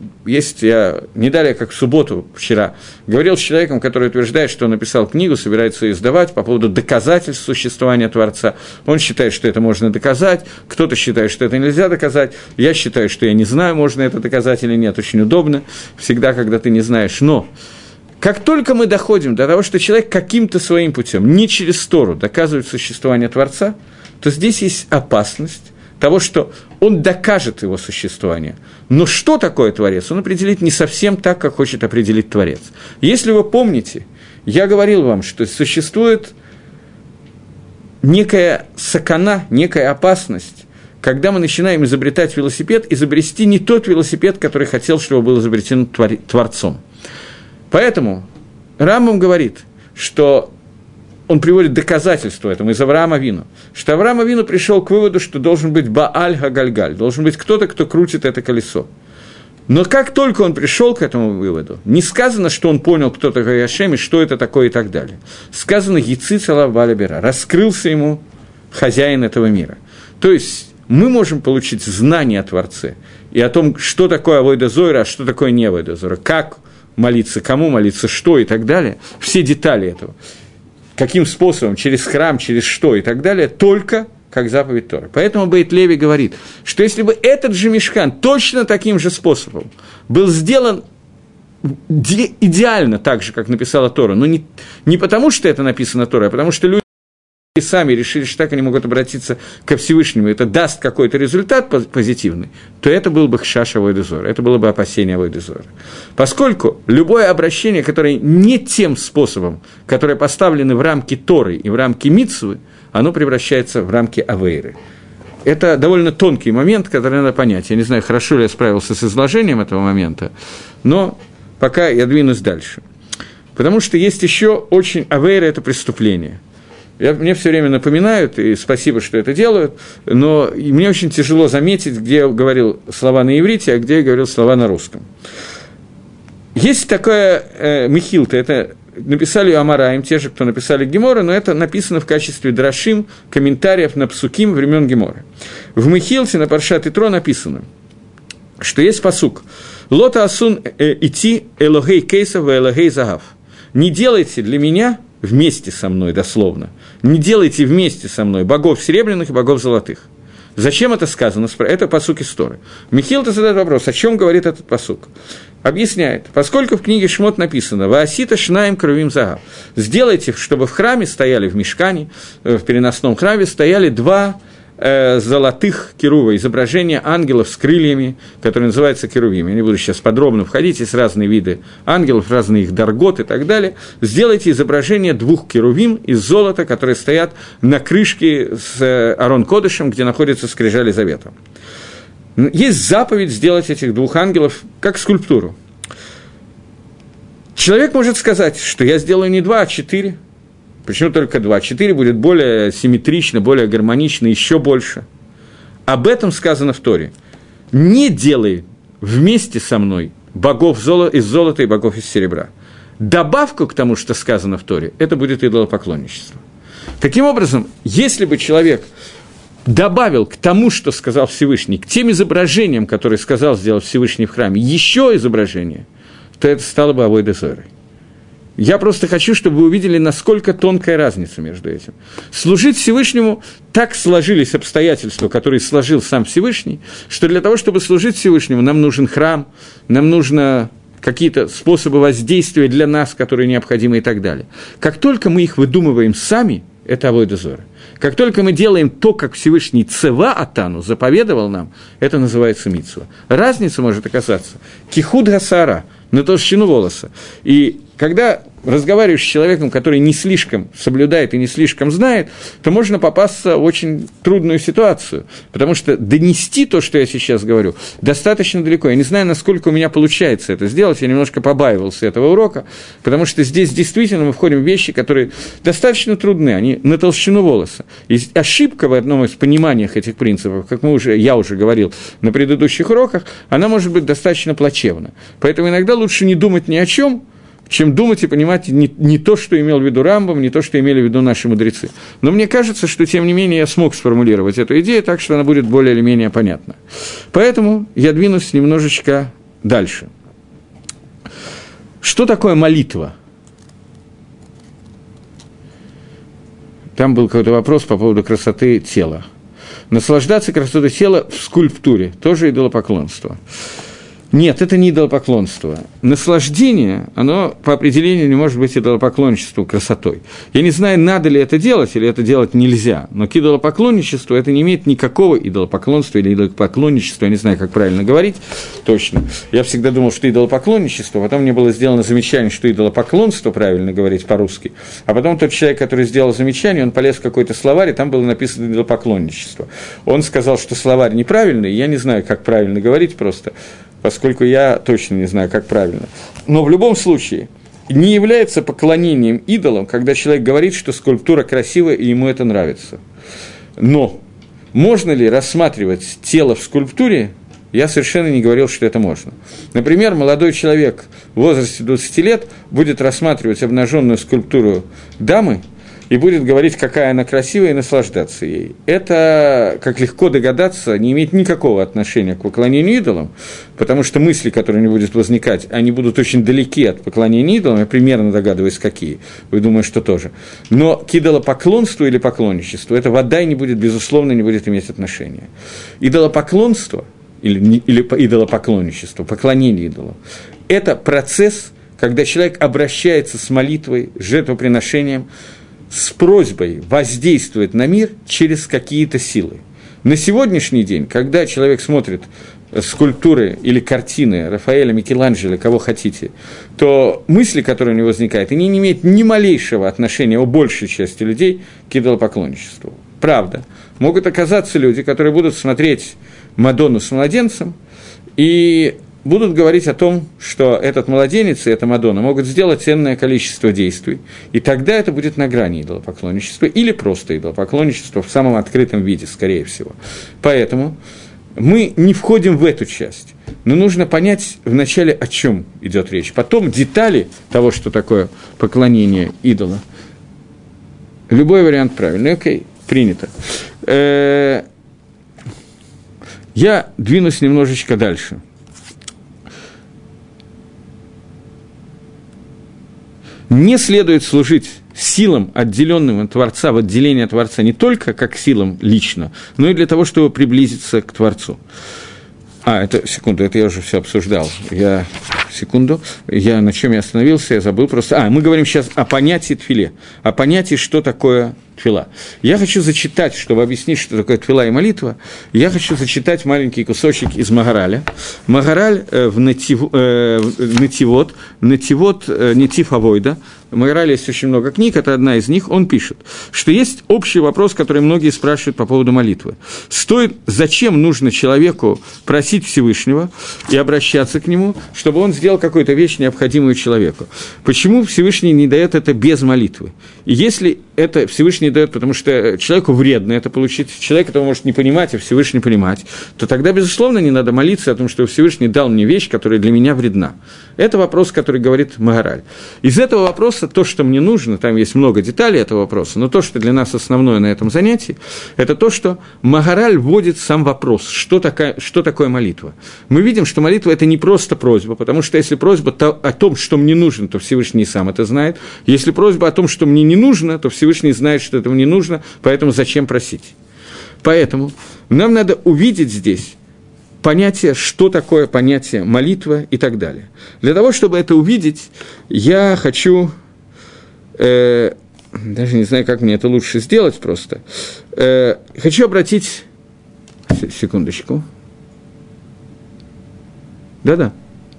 я не далее, как в субботу вчера, говорил с человеком, который утверждает, что он написал книгу, собирается ее издавать по поводу доказательств существования Творца. Он считает, что это можно доказать, кто-то считает, что это нельзя доказать. Я считаю, что я не знаю, можно это доказать или нет, очень удобно, всегда, когда ты не знаешь, но... Как только мы доходим до того, что человек каким-то своим путем, не через Тору, доказывает существование Творца, то здесь есть опасность того, что он докажет его существование. Но что такое Творец, он определит не совсем так, как хочет определить Творец. Если вы помните, я говорил вам, что существует некая сакана, некая опасность, когда мы начинаем изобретать велосипед, изобрести не тот велосипед, который хотел, чтобы был изобретен Творцом. Поэтому Рамбам говорит, что он приводит доказательства этому из Авраама Авину, что Авраам Авину пришел к выводу, что должен быть Бааль Гагальгаль, должен быть кто-то, кто крутит это колесо. Но как только он пришел к этому выводу, не сказано, что он понял, кто такой Ашем, и что это такое и так далее. Сказано «Яцис алав бааль бера», раскрылся ему хозяин этого мира. То есть мы можем получить знание о Творце и о том, что такое авойда зойра, а что такое не авойда зойра, как молиться, кому молиться, что и так далее, все детали этого. Каким способом, через храм, через что и так далее, только как заповедь Торы. Поэтому Бейт Леви говорит, что если бы этот же мишкан точно таким же способом был сделан идеально так же, как написала Тора, но не потому, что это написано Торой, а потому что люди сами решили, что так они могут обратиться ко Всевышнему, это даст какой-то результат позитивный, то это был бы хшаш авойда зора, это было бы опасение авойда зора. Поскольку любое обращение, которое не тем способом, которое поставлено в рамки Торы и в рамки мицвы, оно превращается в рамки авейры. Это довольно тонкий момент, который надо понять. Я не знаю, хорошо ли я справился с изложением этого момента, но пока я двинусь дальше. Потому что есть еще очень авейра – это преступление. Мне все время напоминают, и спасибо, что это делают, но мне очень тяжело заметить, где я говорил слова на иврите, а где я говорил слова на русском. Есть такое Мехилта, это написали Амараим, те же, кто написали Гемора, но это написано в качестве драшим, комментариев на псуким времен Геморы. В Мехилте на Паршат Итро написано, что есть пасук «Лота асун ити элогей кейсов и элогей загав». «Не делайте для меня вместе со мной, дословно, не делайте вместе со мной богов серебряных и богов золотых». Зачем это сказано? Это пасук из Торы. Мехилта задает вопрос, о чем говорит этот пасук. Объясняет, поскольку в книге Шмот написано «Ваасита шнаим кровим загав», сделайте, чтобы в храме стояли, в мишкане, в переносном храме стояли два золотых керува, изображение ангелов с крыльями, которые называются керувим. Я не буду сейчас подробно входить, есть разные виды ангелов, разные их даргот и так далее. Сделайте изображение двух керувим из золота, которые стоят на крышке с Арон Кодышем, где находится скрижали завета. Есть заповедь сделать этих двух ангелов как скульптуру. Человек может сказать, что я сделаю не 2, а 4. Почему только 2? 4 будет более симметрично, более гармонично, еще больше. Об этом сказано в Торе. Не делай вместе со мной богов из золота и богов из серебра. Добавку к тому, что сказано в Торе, это будет идолопоклонничество. Таким образом, если бы человек добавил к тому, что сказал Всевышний, к тем изображениям, которые сказал сделать Всевышний в храме, еще изображение, то это стало бы авойда зорой. Я просто хочу, чтобы вы увидели, насколько тонкая разница между этим. Служить Всевышнему, так сложились обстоятельства, которые сложил сам Всевышний, что для того, чтобы служить Всевышнему, нам нужен храм, нам нужно какие-то способы воздействия для нас, которые необходимы и так далее. Как только мы их выдумываем сами, это авойда зора. Как только мы делаем то, как Всевышний цева атану заповедовал нам, это называется мицва. Разница может оказаться кихуд гасара, на толщину волоса. И когда разговариваешь с человеком, который не слишком соблюдает и не слишком знает, то можно попасться в очень трудную ситуацию, потому что донести то, что я сейчас говорю, достаточно далеко. Я не знаю, насколько у меня получается это сделать, я немножко побаивался этого урока, потому что здесь действительно мы входим в вещи, которые достаточно трудны, они на толщину волоса. И ошибка в одном из пониманиях этих принципов, как я уже говорил на предыдущих уроках, она может быть достаточно плачевна. Поэтому иногда лучше не думать ни о чем, чем думать и понимать не то, что имел в виду Рамбам, не то, что имели в виду наши мудрецы. Но мне кажется, что, тем не менее, я смог сформулировать эту идею так, что она будет более или менее понятна. Поэтому я двинусь немножечко дальше. Что такое молитва? Там был какой-то вопрос по поводу красоты тела. Наслаждаться красотой тела в скульптуре – тоже идолопоклонство. Нет, это не идолопоклонство. Наслаждение, оно по определению не может быть идолопоклонничеством, красотой. Я не знаю, надо ли это делать, или это делать нельзя, но к идолопоклонничеству это не имеет никакого идолопоклонства или идолопоклонничества, я не знаю, как правильно говорить точно. Я всегда думал, что идолопоклонничество, потом мне было сделано замечание, что идолопоклонство правильно говорить по-русски, а потом тот человек, который сделал замечание, он полез в какой-то словарь, и там было написано идолопоклонничество. Он сказал, что словарь неправильный, я не знаю, как правильно говорить просто, поскольку я точно не знаю, как правильно. Но в любом случае, не является поклонением идолам, когда человек говорит, что скульптура красивая, и ему это нравится. Но можно ли рассматривать тело в скульптуре? Я совершенно не говорил, что это можно. Например, молодой человек в возрасте 20 лет будет рассматривать обнаженную скульптуру дамы, и будет говорить, какая она красивая, и наслаждаться ей. Это, как легко догадаться, не имеет никакого отношения к поклонению идолам, потому что мысли, которые не будут возникать, они будут очень далеки от поклонения идолам, я примерно догадываюсь, какие. Вы думаете, что тоже. Но к идолопоклонству или поклонничеству это вода не будет, безусловно, не будет иметь отношения. Идолопоклонство или идолопоклонничество, поклонение идолам – это процесс, когда человек обращается с молитвой, с жертвоприношением, с просьбой воздействовать на мир через какие-то силы. На сегодняшний день, когда человек смотрит скульптуры или картины Рафаэля, Микеланджело, кого хотите, то мысли, которые у него возникают, они не имеют ни малейшего отношения у большей части людей к идолопоклонничеству. Правда, могут оказаться люди, которые будут смотреть Мадонну с младенцем и будут говорить о том, что этот младенец и эта Мадонна могут сделать ценное количество действий, и тогда это будет на грани идолопоклонничества или просто идолопоклонничества в самом открытом виде, скорее всего. Поэтому мы не входим в эту часть, но нужно понять вначале, о чем идет речь. Потом детали того, что такое поклонение идола. Любой вариант правильный. Окей, принято. Я двинусь немножечко дальше. Не следует служить силам, отделенным от Творца, в отделении от Творца, не только как силам лично, но и для того, чтобы приблизиться к Творцу. Секунду, это я уже все обсуждал. На чем я остановился, я забыл просто. Мы говорим сейчас о понятии тфиле, о понятии, что такое тфила. Я хочу зачитать, чтобы объяснить, что такое тфила и молитва, я хочу зачитать маленький кусочек из Магараля. Магараль в Нетивот, Нетив Авойда. В Магарале есть очень много книг, это одна из них, он пишет, что есть общий вопрос, который многие спрашивают по поводу молитвы. Зачем нужно человеку просить Всевышнего и обращаться к нему, чтобы он сделал какую-то вещь, необходимую человеку? Почему Всевышний не дает это без молитвы? И если это Всевышний дает, потому что человеку вредно это получить, человек этого может не понимать, а Всевышний понимать, то тогда, безусловно, не надо молиться о том, что Всевышний дал мне вещь, которая для меня вредна. Это вопрос, который говорит Магараль. Из этого вопроса то, что мне нужно, там есть много деталей этого вопроса, но то, что для нас основное на этом занятии, это то, что Магараль вводит сам вопрос, что такое молитва. Мы видим, что молитва – это не просто просьба, потому что если просьба о том, что мне нужно, то Всевышний сам это знает. Если просьба о том, что мне не нужно, то Всевышний знает, что этого не нужно, поэтому зачем просить? Поэтому нам надо увидеть здесь понятие, что такое понятие молитва и так далее. Для того, чтобы это увидеть, я хочу, даже не знаю, как мне это лучше сделать просто, хочу обратить, секундочку, да-да.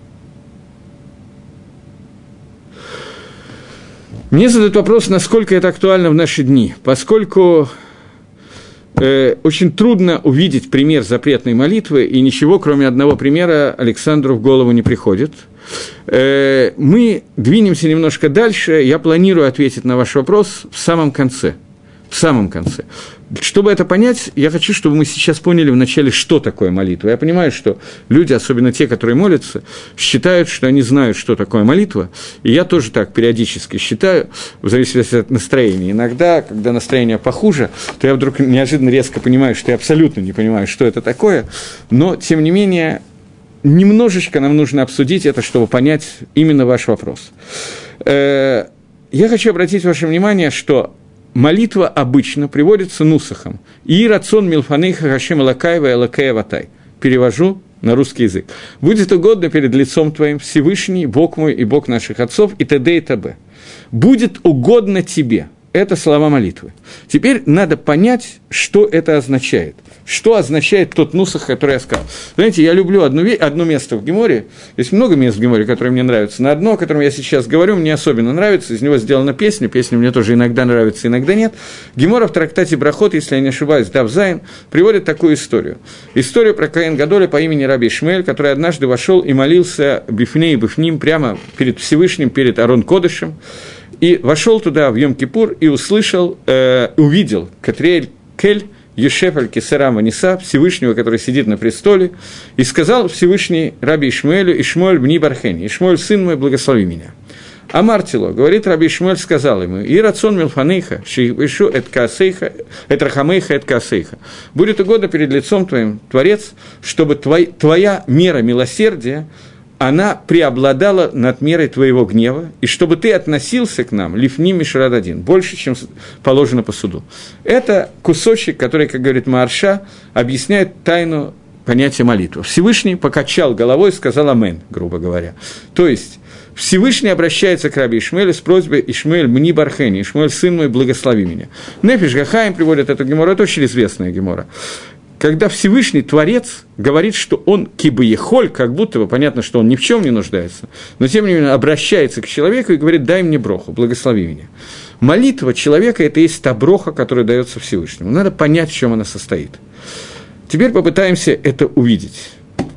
Мне задают вопрос, насколько это актуально в наши дни, поскольку очень трудно увидеть пример запретной молитвы, и ничего, кроме одного примера, Александру в голову не приходит. Мы двинемся немножко дальше, я планирую ответить на ваш вопрос в самом конце. Чтобы это понять, я хочу, чтобы мы сейчас поняли вначале, что такое молитва. Я понимаю, что люди, особенно те, которые молятся, считают, что они знают, что такое молитва, и я тоже так периодически считаю, в зависимости от настроения. Иногда, когда настроение похуже, то я вдруг неожиданно резко понимаю, что я абсолютно не понимаю, что это такое, но, тем не менее, немножечко нам нужно обсудить это, чтобы понять именно ваш вопрос. Я хочу обратить ваше внимание, что молитва обычно приводится нусахом. «И рацион милфанейха хашем элакаева элакея ватай». Перевожу на русский язык. «Будет угодно перед лицом твоим Всевышний, Бог мой и Бог наших отцов, и т.д. и т.б. Будет угодно тебе». Это слова молитвы. Теперь надо понять, что это означает. Что означает тот нусах, который я сказал. Знаете, я люблю одно место в Геморе. Есть много мест в Геморе, которые мне нравятся. Но одно, о котором я сейчас говорю, мне особенно нравится. Из него сделана песня. Песня мне тоже иногда нравится, иногда нет. Гемора в трактате Брахот, если я не ошибаюсь, Дав Зайн, приводит такую историю. Историю про Коэн Гадоля по имени Раби Ишмаэль, который однажды вошел и молился бифней и бифним прямо перед Всевышним, перед Арон Кодышем. И вошел туда в Йом-Кипур и услышал, увидел Катриэль Кель, Ешеф аль-Кесера Маниса, Всевышнего, который сидит на престоле, и сказал Всевышний Раби Ишмаэлю: «Ишмаэль бни бархени, Ишмаэль, сын мой, благослови меня». А Мартило, говорит Раби Ишмаэль, сказал ему: «И рацион милфанейха, шиишу эт каасейха, эт рахамейха, эт каасейха. Будет угодно перед лицом твоим, Творец, чтобы твоя мера милосердия, она преобладала над мерой твоего гнева, и чтобы ты относился к нам, лифни мишрад один, больше, чем положено по суду». Это кусочек, который, как говорит Маарша, объясняет тайну понятия молитвы. Всевышний покачал головой и сказал «Амен», грубо говоря. То есть Всевышний обращается к Раби Ишмаэлю с просьбой: «Ишмаэль мни бархени, Ишмаэль, сын мой, благослови меня». Нефиш Гахаим приводит эту гемору, это очень известная гемора. Когда Всевышний Творец говорит, что он кибаехоль, как будто бы понятно, что он ни в чем не нуждается, но тем не менее обращается к человеку и говорит: «Дай мне броху, благослови меня». Молитва человека – это есть та броха, которая дается Всевышнему. Надо понять, в чем она состоит. Теперь попытаемся это увидеть.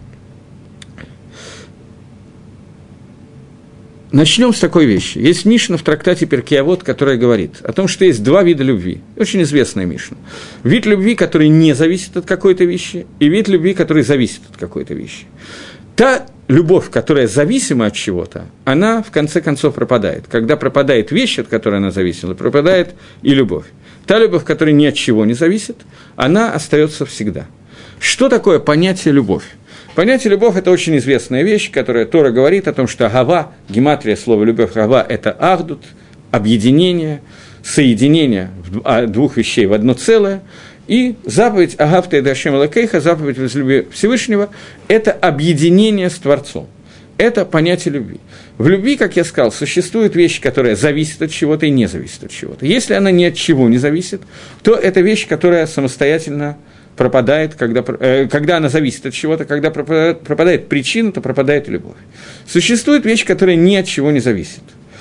Начнем с такой вещи. Есть Мишна в трактате Перкей Авот, которая говорит о том, что есть два вида любви. Очень известная Мишна. Вид любви, который не зависит от какой-то вещи, и вид любви, который зависит от какой-то вещи. Та любовь, которая зависима от чего-то, она в конце концов пропадает. Когда пропадает вещь, от которой она зависела, пропадает и любовь. Та любовь, которая ни от чего не зависит, она остается всегда. Что такое понятие «любовь»? Понятие «любовь» – это очень известная вещь, которая Тора говорит о том, что «агава», гематрия слова «любовь», «агава» – это «ахдут», объединение, соединение двух вещей в одно целое, и заповедь «агавта и дашем элокейха», заповедь возлюби Всевышнего – это объединение с Творцом. Это понятие любви. В любви, как я сказал, существует вещь, которая зависит от чего-то и не зависит от чего-то. Если она ни от чего не зависит, то это вещь, которая самостоятельно пропадает, когда она зависит от чего-то, когда пропадает причина, то пропадает любовь. Существует вещь, которая ни от чего не зависит.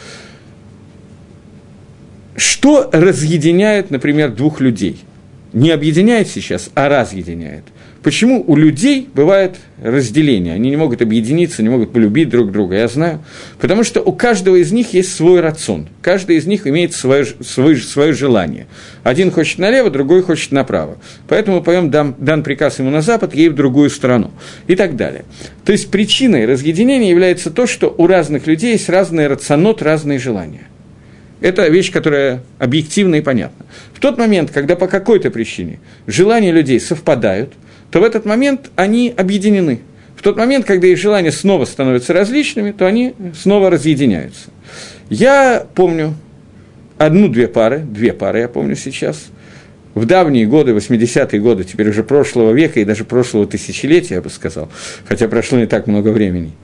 Что разъединяет, например, двух людей? Не объединяет сейчас, а разъединяет. Почему у людей бывает разделение? Они не могут объединиться, не могут полюбить друг друга, я знаю. Потому что у каждого из них есть свой рацион. Каждый из них имеет свое желание. Один хочет налево, другой хочет направо. Поэтому мы поем «дан приказ ему на запад, ей в другую сторону». И так далее. То есть причиной разъединения является то, что у разных людей есть разный рационот, разные желания. Это вещь, которая объективна и понятна. В тот момент, когда по какой-то причине желания людей совпадают, то в этот момент они объединены. В тот момент, когда их желания снова становятся различными, то они снова разъединяются. Я помню две пары я помню сейчас, в давние годы, 80-е годы, теперь уже прошлого века и даже прошлого тысячелетия, я бы сказал, хотя прошло не так много времени,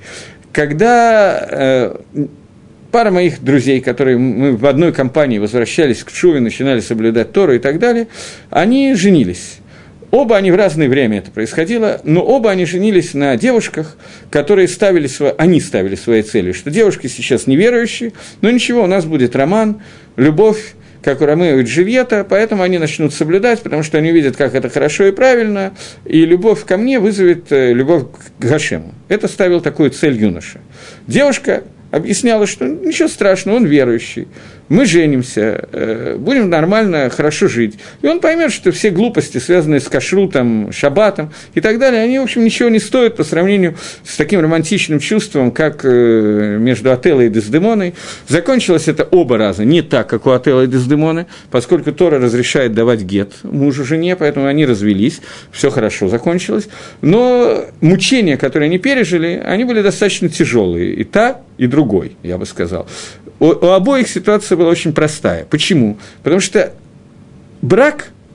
когда пара моих друзей, которые мы в одной компании возвращались к Тшуве, начинали соблюдать Тору и так далее, они женились. Оба они в разное время это происходило, но оба они женились на девушках, которые ставили своей целью, что девушки сейчас неверующие, но ничего, у нас будет роман, любовь, как у Ромео и Джульетта, поэтому они начнут соблюдать, потому что они видят, как это хорошо и правильно, и любовь ко мне вызовет любовь к Гашему. Это ставил такую цель юноша. Девушка объясняла, что ничего страшного, он верующий, мы женимся, будем нормально, хорошо жить. И он поймет, что все глупости, связанные с кашрутом, шаббатом и так далее, они, в общем, ничего не стоят по сравнению с таким романтичным чувством, как между Отеллой и Дездемоной. Закончилось это оба раза не так, как у Отеллы и Дездемоны, поскольку Тора разрешает давать гет мужу, жене, поэтому они развелись, все хорошо закончилось. Но мучения, которые они пережили, они были достаточно тяжелые, и та, и другой, я бы сказал. У обоих ситуация была очень простая. Почему? Потому что брак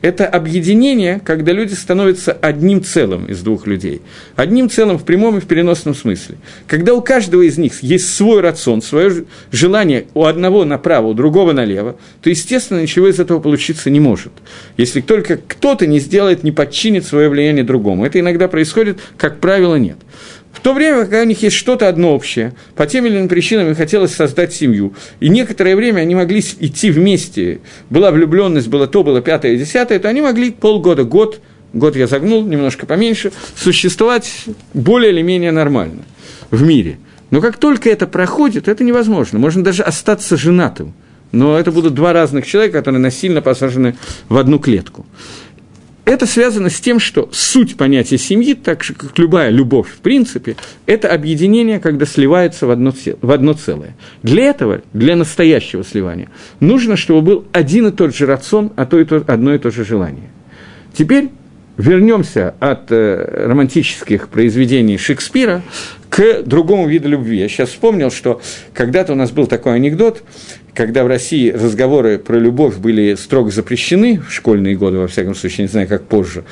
это объединение, когда люди становятся одним целым из двух людей. Одним целым в прямом и в переносном смысле. Когда у каждого из них есть свой рацион, свое желание у одного направо, у другого налево, то, естественно, ничего из этого получиться не может. Если только кто-то не сделает, не подчинит свое влияние другому. Это иногда происходит, как правило, нет. В то время, когда у них есть что-то одно общее, по тем или иным причинам им хотелось создать семью, и некоторое время они могли идти вместе, была влюбленность, было то, было пятое, десятое, то они могли полгода, год я загнул, немножко поменьше, существовать более или менее нормально в мире. Но как только это проходит, это невозможно, можно даже остаться женатым, но это будут два разных человека, которые насильно посажены в одну клетку. Это связано с тем, что суть понятия семьи, так же, как любая любовь, в принципе, это объединение, когда сливается в одно целое. Для этого, для настоящего сливания, нужно, чтобы был один и тот же рацион, одно и то же желание. Теперь вернемся от романтических произведений Шекспира к другому виду любви. Я сейчас вспомнил, что когда-то у нас был такой анекдот, когда в России разговоры про любовь были строго запрещены в школьные годы, во всяком случае, не знаю, как позже.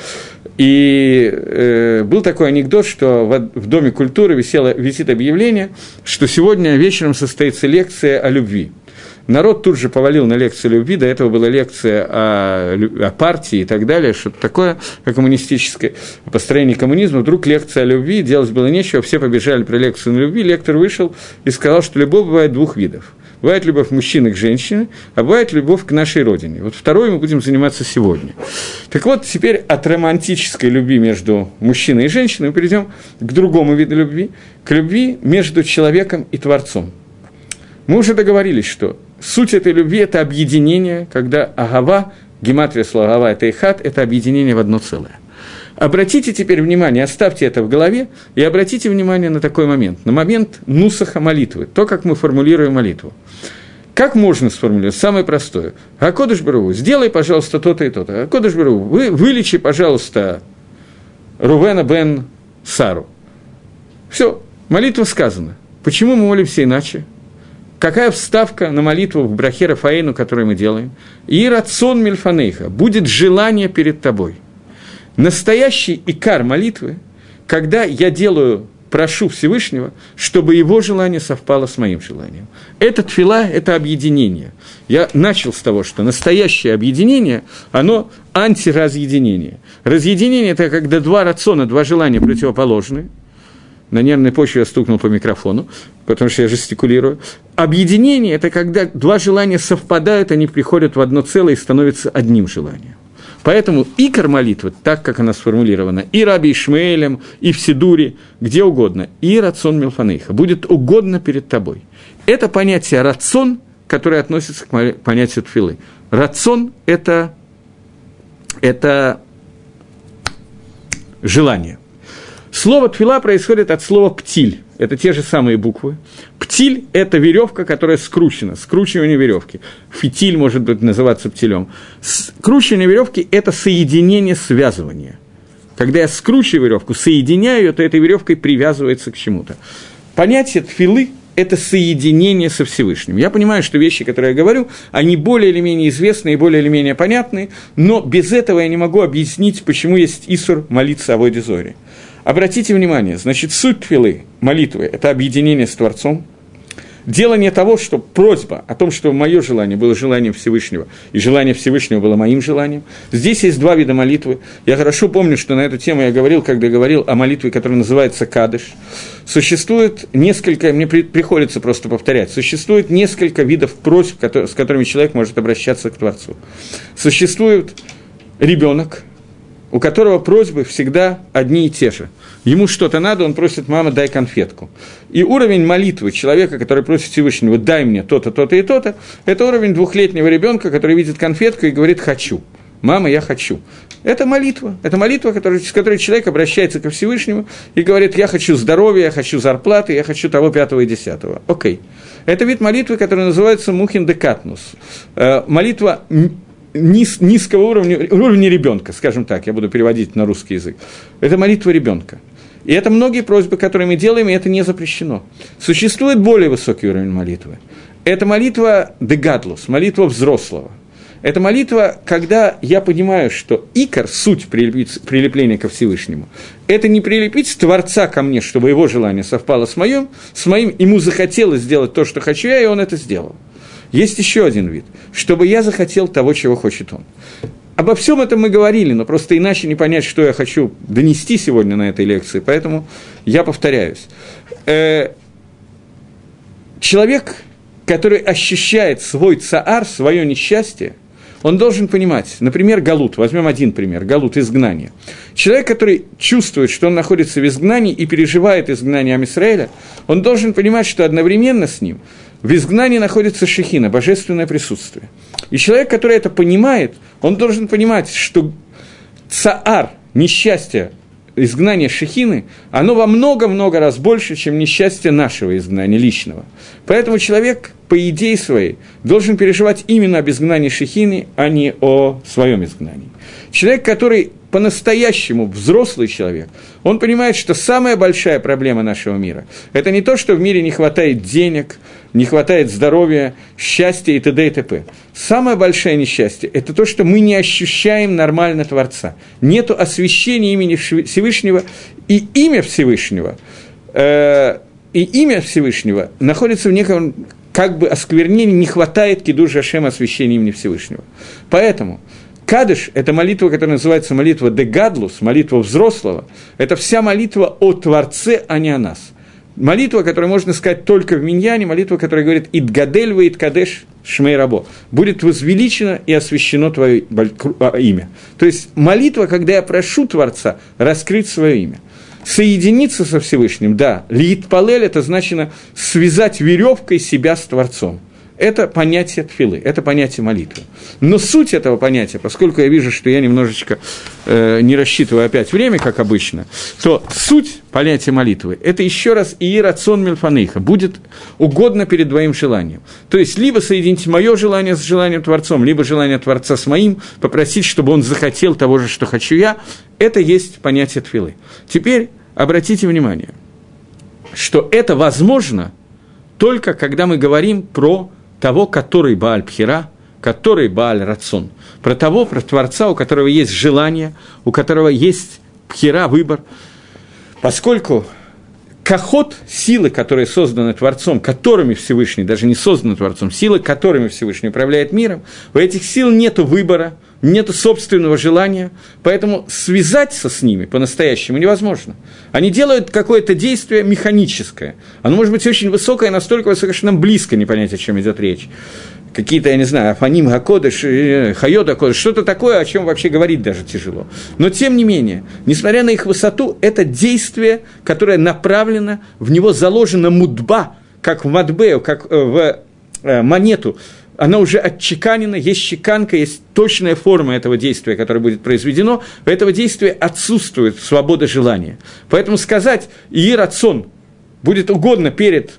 И был такой анекдот, что в Доме культуры висит объявление, что сегодня вечером состоится лекция о любви. Народ тут же повалил на лекцию любви, до этого была лекция о партии и так далее, что-то такое, о коммунистическое построение коммунизма. Вдруг лекция о любви, делать было нечего, все побежали про лекцию на любви, лектор вышел и сказал, что любовь бывает двух видов. Бывает любовь мужчины к женщине, а бывает любовь к нашей родине. Вот второй мы будем заниматься сегодня. Так вот, теперь от романтической любви между мужчиной и женщиной мы перейдем к другому виду любви, к любви между человеком и Творцом. Мы уже договорились, что суть этой любви – это объединение, когда агава, гематрия слова агава – это ихат, это объединение в одно целое. Обратите теперь внимание, оставьте это в голове и обратите внимание на такой момент, на момент нусаха молитвы, то, как мы формулируем молитву. Как можно сформулировать? Самое простое. Акодыш Барух, сделай, пожалуйста, то-то и то-то. Акодыш Барух, вылечи, пожалуйста, Рувена бен Сару. Все, молитва сказана. Почему мы молимся иначе? Какая вставка на молитву в брахе Рафаэйну, которую мы делаем? И рацион мильфанейха, будет желание перед тобой. Настоящий икар молитвы, когда я прошу Всевышнего, чтобы его желание совпало с моим желанием. Это тфила, это объединение. Я начал с того, что настоящее объединение, оно антиразъединение. Разъединение – это когда два рациона, два желания противоположны. На нервной почве я стукнул по микрофону, потому что я жестикулирую. Объединение – это когда два желания совпадают, они приходят в одно целое и становятся одним желанием. Поэтому икор молитвы, так как она сформулирована, и Раби Ишмаэлем, и в Сидуре, где угодно, и рацион милфанейха, будет угодно перед тобой. Это понятие рацион, которое относится к понятию тфилы. Рацион – это желание. Слово «тфила» происходит от слова «птиль». Это те же самые буквы. Птиль – это веревка, которая скручена, скручивание веревки. Фитиль может быть называться птилем. Скручивание веревки – это соединение, связывание. Когда я скручиваю веревку, соединяю ее, то этой веревкой привязывается к чему-то. Понятие тфилы – это соединение со Всевышним. Я понимаю, что вещи, которые я говорю, они более или менее известны и более или менее понятны, но без этого я не могу объяснить, почему есть исур молиться авойде зоре. Обратите внимание, значит, суть тфилы, молитвы – это объединение с Творцом, делание того, что просьба о том, что мое желание было желанием Всевышнего, и желание Всевышнего было моим желанием. Здесь есть два вида молитвы. Я хорошо помню, что на эту тему я говорил, когда говорил о молитве, которая называется кадыш. Существует несколько, мне приходится просто повторять, существует несколько видов просьб, с которыми человек может обращаться к Творцу. Существует ребенок, у которого просьбы всегда одни и те же. Ему что-то надо, он просит: мама, дай конфетку. И уровень молитвы человека, который просит Всевышнего: дай мне то-то, то-то и то-то, это уровень двухлетнего ребенка, который видит конфетку и говорит: хочу. Мама, я хочу. Это молитва, с которой человек обращается ко Всевышнему и говорит: я хочу здоровья, я хочу зарплаты, я хочу того, пятого и десятого. Окей. Это вид молитвы, который называется мухин де катнус. Молитва низкого уровня ребенка, скажем так, я буду переводить на русский язык. Это молитва ребенка. И это многие просьбы, которые мы делаем, и это не запрещено. Существует более высокий уровень молитвы. Это молитва де гадлус, молитва взрослого. Это молитва, когда я понимаю, что икор, суть прилепления ко Всевышнему, это не прилепить Творца ко мне, чтобы его желание совпало с моим, ему захотелось сделать то, что хочу я, и он это сделал. Есть еще один вид, чтобы я захотел того, чего хочет он. Обо всем этом мы говорили, но просто иначе не понять, что я хочу донести сегодня на этой лекции, поэтому я повторяюсь. Человек, который ощущает свой цаар, свое несчастье, он должен понимать, например, галут, возьмем один пример, галут, изгнание. Человек, который чувствует, что он находится в изгнании и переживает изгнание Ам Исраэля, он должен понимать, что одновременно с ним в изгнании находится шехина, божественное присутствие. И человек, который это понимает, он должен понимать, что цаар, несчастье, изгнание шехины, оно во много-много раз больше, чем несчастье нашего изгнания личного. Поэтому человек, по идее своей, должен переживать именно об изгнании шехины, а не о своем изгнании. Человек, который по-настоящему взрослый человек, он понимает, что самая большая проблема нашего мира – это не то, что в мире не хватает денег, не хватает здоровья, счастья и т.д. и т.п. Самое большое несчастье – это то, что мы не ощущаем нормально Творца. Нету освящения имени Всевышнего, и имя Всевышнего, находится в неком как бы осквернении, не хватает кидуш Ашем, освящения имени Всевышнего. Поэтому Кадыш – это молитва, которая называется молитва де гадлус, молитва взрослого. Это вся молитва о Творце, а не о нас. Молитва, которую можно сказать только в миньяне, молитва, которая говорит «Идгадель ва идкадеш шмей рабо» – будет возвеличено и освящено твое имя. То есть молитва, когда я прошу Творца раскрыть свое имя. Соединиться со Всевышним, да, лиитпалель – это значит связать веревкой себя с Творцом. Это понятие тфилы, это понятие молитвы. Но суть этого понятия, поскольку я вижу, что я немножечко не рассчитываю опять время, как обычно, то суть понятия молитвы – это еще раз «ии рацион мильфанейха» – будет угодно перед твоим желанием. То есть, либо соедините мое желание с желанием Творцом, либо желание Творца с моим, попросить, чтобы он захотел того же, что хочу я – это есть понятие тфилы. Теперь обратите внимание, что это возможно только когда мы говорим про того, который Бааль Пхира, который Бааль Рацон, про Творца, у которого есть желание, у которого есть Пхира, выбор. Поскольку кахот, силы, которые созданы Творцом, которыми Всевышний, даже не созданы Творцом, силы, которыми Всевышний управляет миром, у этих сил нет выбора, нет собственного желания, поэтому связаться с ними по-настоящему невозможно. Они делают какое-то действие механическое. Оно может быть очень высокое, настолько высокое, что нам близко не понять, о чем идет речь. Какие-то, я не знаю, Афаним Гакодыш, Хайот Гакодыш, что-то такое, о чем вообще говорить даже тяжело. Но, тем не менее, несмотря на их высоту, это действие, которое направлено, в него заложена мудба, как в матбею, как в монету, она уже отчеканена, есть чеканка, есть точная форма этого действия, которое будет произведено, у этого действия отсутствует свобода желания. Поэтому сказать «ии рацион» будет угодно перед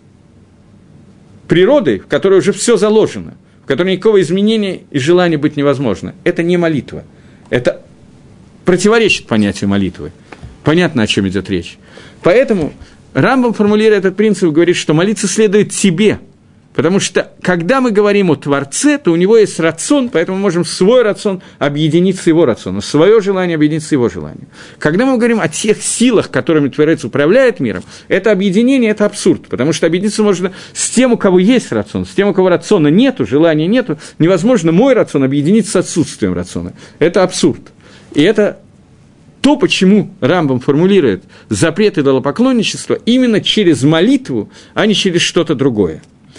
природой, в которой уже все заложено, в которой никакого изменения и желания быть невозможно. Это не молитва. Это противоречит понятию молитвы. Понятно, о чем идет речь. Поэтому Рамбам, формулируя этот принцип, говорит, что молиться следует себе. Потому что, когда мы говорим о Творце, то у него есть рацион, поэтому мы можем свой рацион объединить с его рационом, свое желание объединить с его желанием. Когда мы говорим о тех силах, которыми Творец управляет миром, это объединение – это абсурд, потому что объединиться можно с тем, у кого есть рацион, с тем, у кого рациона нету, желания нету, невозможно мой рацион объединить с отсутствием рациона. Это абсурд. И это то, почему Рамбам формулирует запрет идолопоклонничества именно через молитву, а не через что-то другое.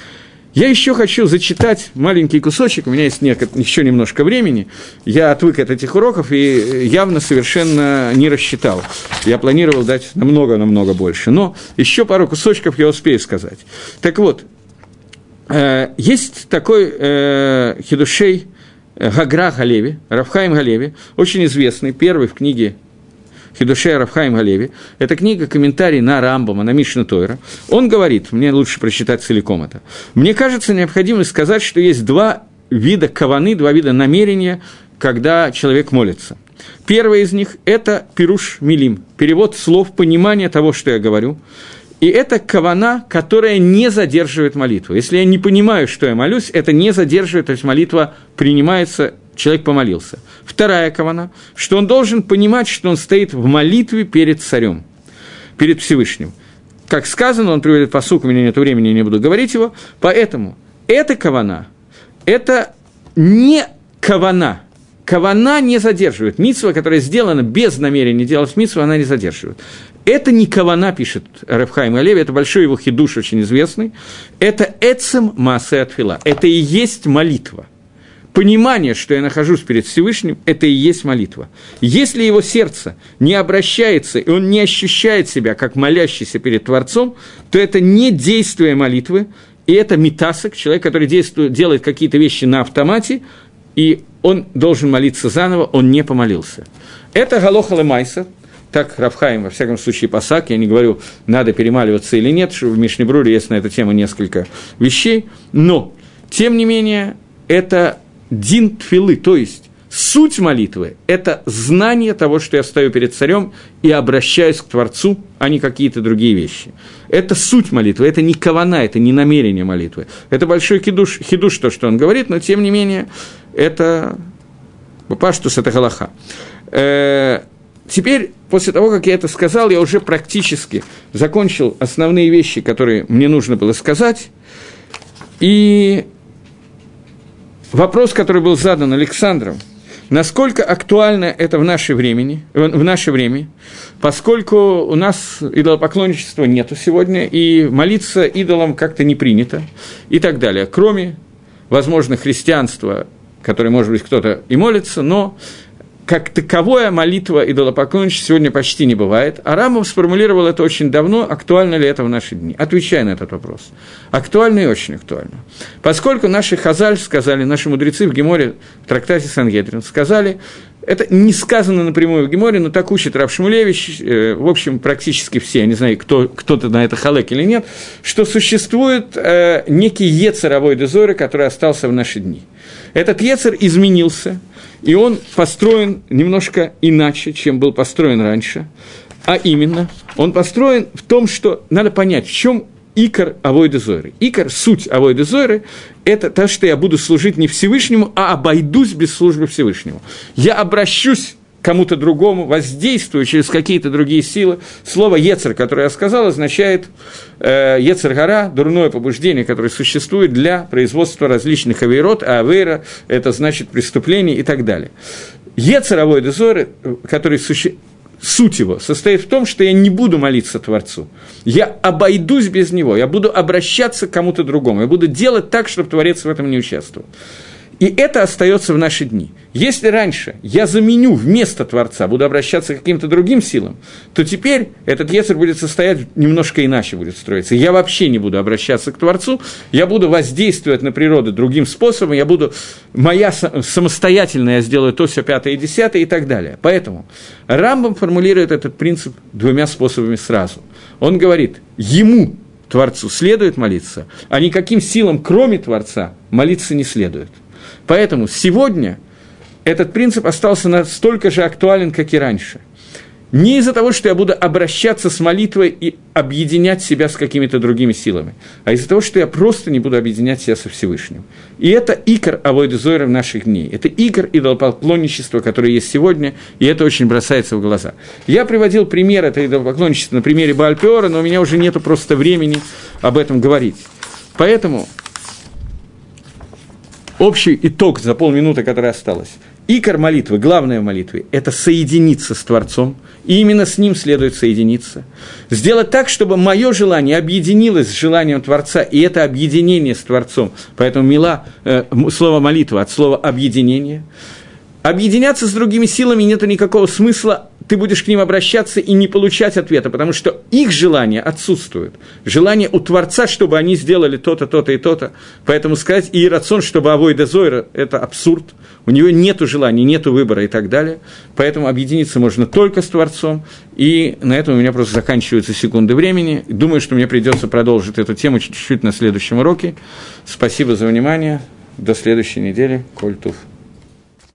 Я еще хочу зачитать маленький кусочек, у меня есть еще немножко времени, я отвык от этих уроков и явно совершенно не рассчитал. Я планировал дать намного больше, но еще пару кусочков я успею сказать. Так вот, есть такой хидушей Гагра Галеви, Рав Хаим Галеви, очень известный, первый в книге Хидушей Рав Хаим Галеви, это книга, комментарий на Рамбама, на Мишна Тойра. Он говорит, мне лучше прочитать целиком это, мне кажется необходимо сказать, что есть два вида каваны, два вида намерения, когда человек молится. Первое из них – это пируш милим, перевод слов, понимание того, что я говорю. И это кавана, которая не задерживает молитву. Если я не понимаю, что я молюсь, это не задерживает, то есть молитва принимается, человек помолился. Вторая кавана, что он должен понимать, что он стоит в молитве перед царем, перед Всевышним. Как сказано, он приводит пасук, у меня нет времени, я не буду говорить его, поэтому эта кавана, это не кавана. Кавана не задерживает. Мицва, которая сделана без намерения делать мицву, она не задерживает. Это не кавана, пишет Рав Хаим Алеви, это большой его хидуш, очень известный. Это эцем маасе атфила. Это и есть молитва. Понимание, что я нахожусь перед Всевышним, это и есть молитва. Если его сердце не обращается, и он не ощущает себя как молящийся перед Творцом, то это не действие молитвы, и это митасок, человек, который делает какие-то вещи на автомате, и он должен молиться заново, он не помолился. Это галоха лемайса, так Рав Хаим, во всяком случае, пасак, я не говорю, надо перемаливаться или нет, что в Мишне Бруре есть на эту тему несколько вещей, но, тем не менее, это дин тфилы, то есть суть молитвы – это знание того, что я стою перед царем и обращаюсь к Творцу, а не какие-то другие вещи. Это суть молитвы, это не кавана, это не намерение молитвы. Это большой хидуш, то, что он говорит, но, тем не менее, это паштус, это галаха. Теперь, после того, как я это сказал, я уже практически закончил основные вещи, которые мне нужно было сказать. И вопрос, который был задан Александром, насколько актуально это в наше время, поскольку у нас идолопоклонничества нету сегодня, и молиться идолам как-то не принято, и так далее. Кроме, возможно, христианства, которое, может быть, кто-то и молится, но как таковая молитва идолопоклонничества сегодня почти не бывает. А Рамбам сформулировал это очень давно, актуально ли это в наши дни. Отвечая на этот вопрос. Актуально и очень актуально. Поскольку наши хазаль сказали, наши мудрецы в Геморе, в трактате Сангедрин, сказали, это не сказано напрямую в Геморе, но так учит Рав Шмулевич, в общем, практически все, я не знаю, кто-то на это халек или нет, что существует некий ецер авойда зоры, который остался в наши дни. Этот ецер изменился, и он построен немножко иначе, чем был построен раньше. А именно, он построен в том, что надо понять, в чем икор авойда зоры. Икор, суть авойда зоры – это то, что я буду служить не Всевышнему, а обойдусь без службы Всевышнему. Я обращусь к кому-то другому, воздействую через какие-то другие силы. Слово «ецер», которое я сказал, означает «ецер гара», дурное побуждение, которое существует для производства различных авейрот, а авейра – это значит преступление и так далее. Ецер авойда зоры, который суть его состоит в том, что я не буду молиться Творцу. Я обойдусь без него, я буду обращаться к кому-то другому, я буду делать так, чтобы Творец в этом не участвовал. И это остается в наши дни. Если раньше я заменю вместо Творца, буду обращаться к каким-то другим силам, то теперь этот ецер будет состоять немножко иначе, будет строиться. Я вообще не буду обращаться к Творцу, я буду воздействовать на природу другим способом, самостоятельно я сделаю то, все, пятое и десятое и так далее. Поэтому Рамбам формулирует этот принцип двумя способами сразу. Он говорит, ему, Творцу, следует молиться, а никаким силам, кроме Творца, молиться не следует. Поэтому сегодня этот принцип остался настолько же актуален, как и раньше. Не из-за того, что я буду обращаться с молитвой и объединять себя с какими-то другими силами, а из-за того, что я просто не буду объединять себя со Всевышним. И это икор авойда зоры в наших дней. Это икор идолопоклонничества, которое есть сегодня, и это очень бросается в глаза. Я приводил пример этого идолопоклонничества на примере Бааль-Пеора, но у меня уже нет просто времени об этом говорить. Поэтому общий итог за полминуты, которая осталась. Икор молитвы, главное в молитве – это соединиться с Творцом, и именно с Ним следует соединиться. Сделать так, чтобы мое желание объединилось с желанием Творца, и это объединение с Творцом. Поэтому слово «молитва» от слова «объединение». Объединяться с другими силами нет никакого смысла, ты будешь к ним обращаться и не получать ответа, потому что их желание отсутствует. Желание у Творца, чтобы они сделали то-то, то-то и то-то. Поэтому сказать «и рацион, чтобы авойда зойра» – это абсурд. У него нет желания, нет выбора и так далее. Поэтому объединиться можно только с Творцом. И на этом у меня просто заканчиваются секунды времени. Думаю, что мне придется продолжить эту тему чуть-чуть на следующем уроке. Спасибо за внимание. До следующей недели. Коль тув.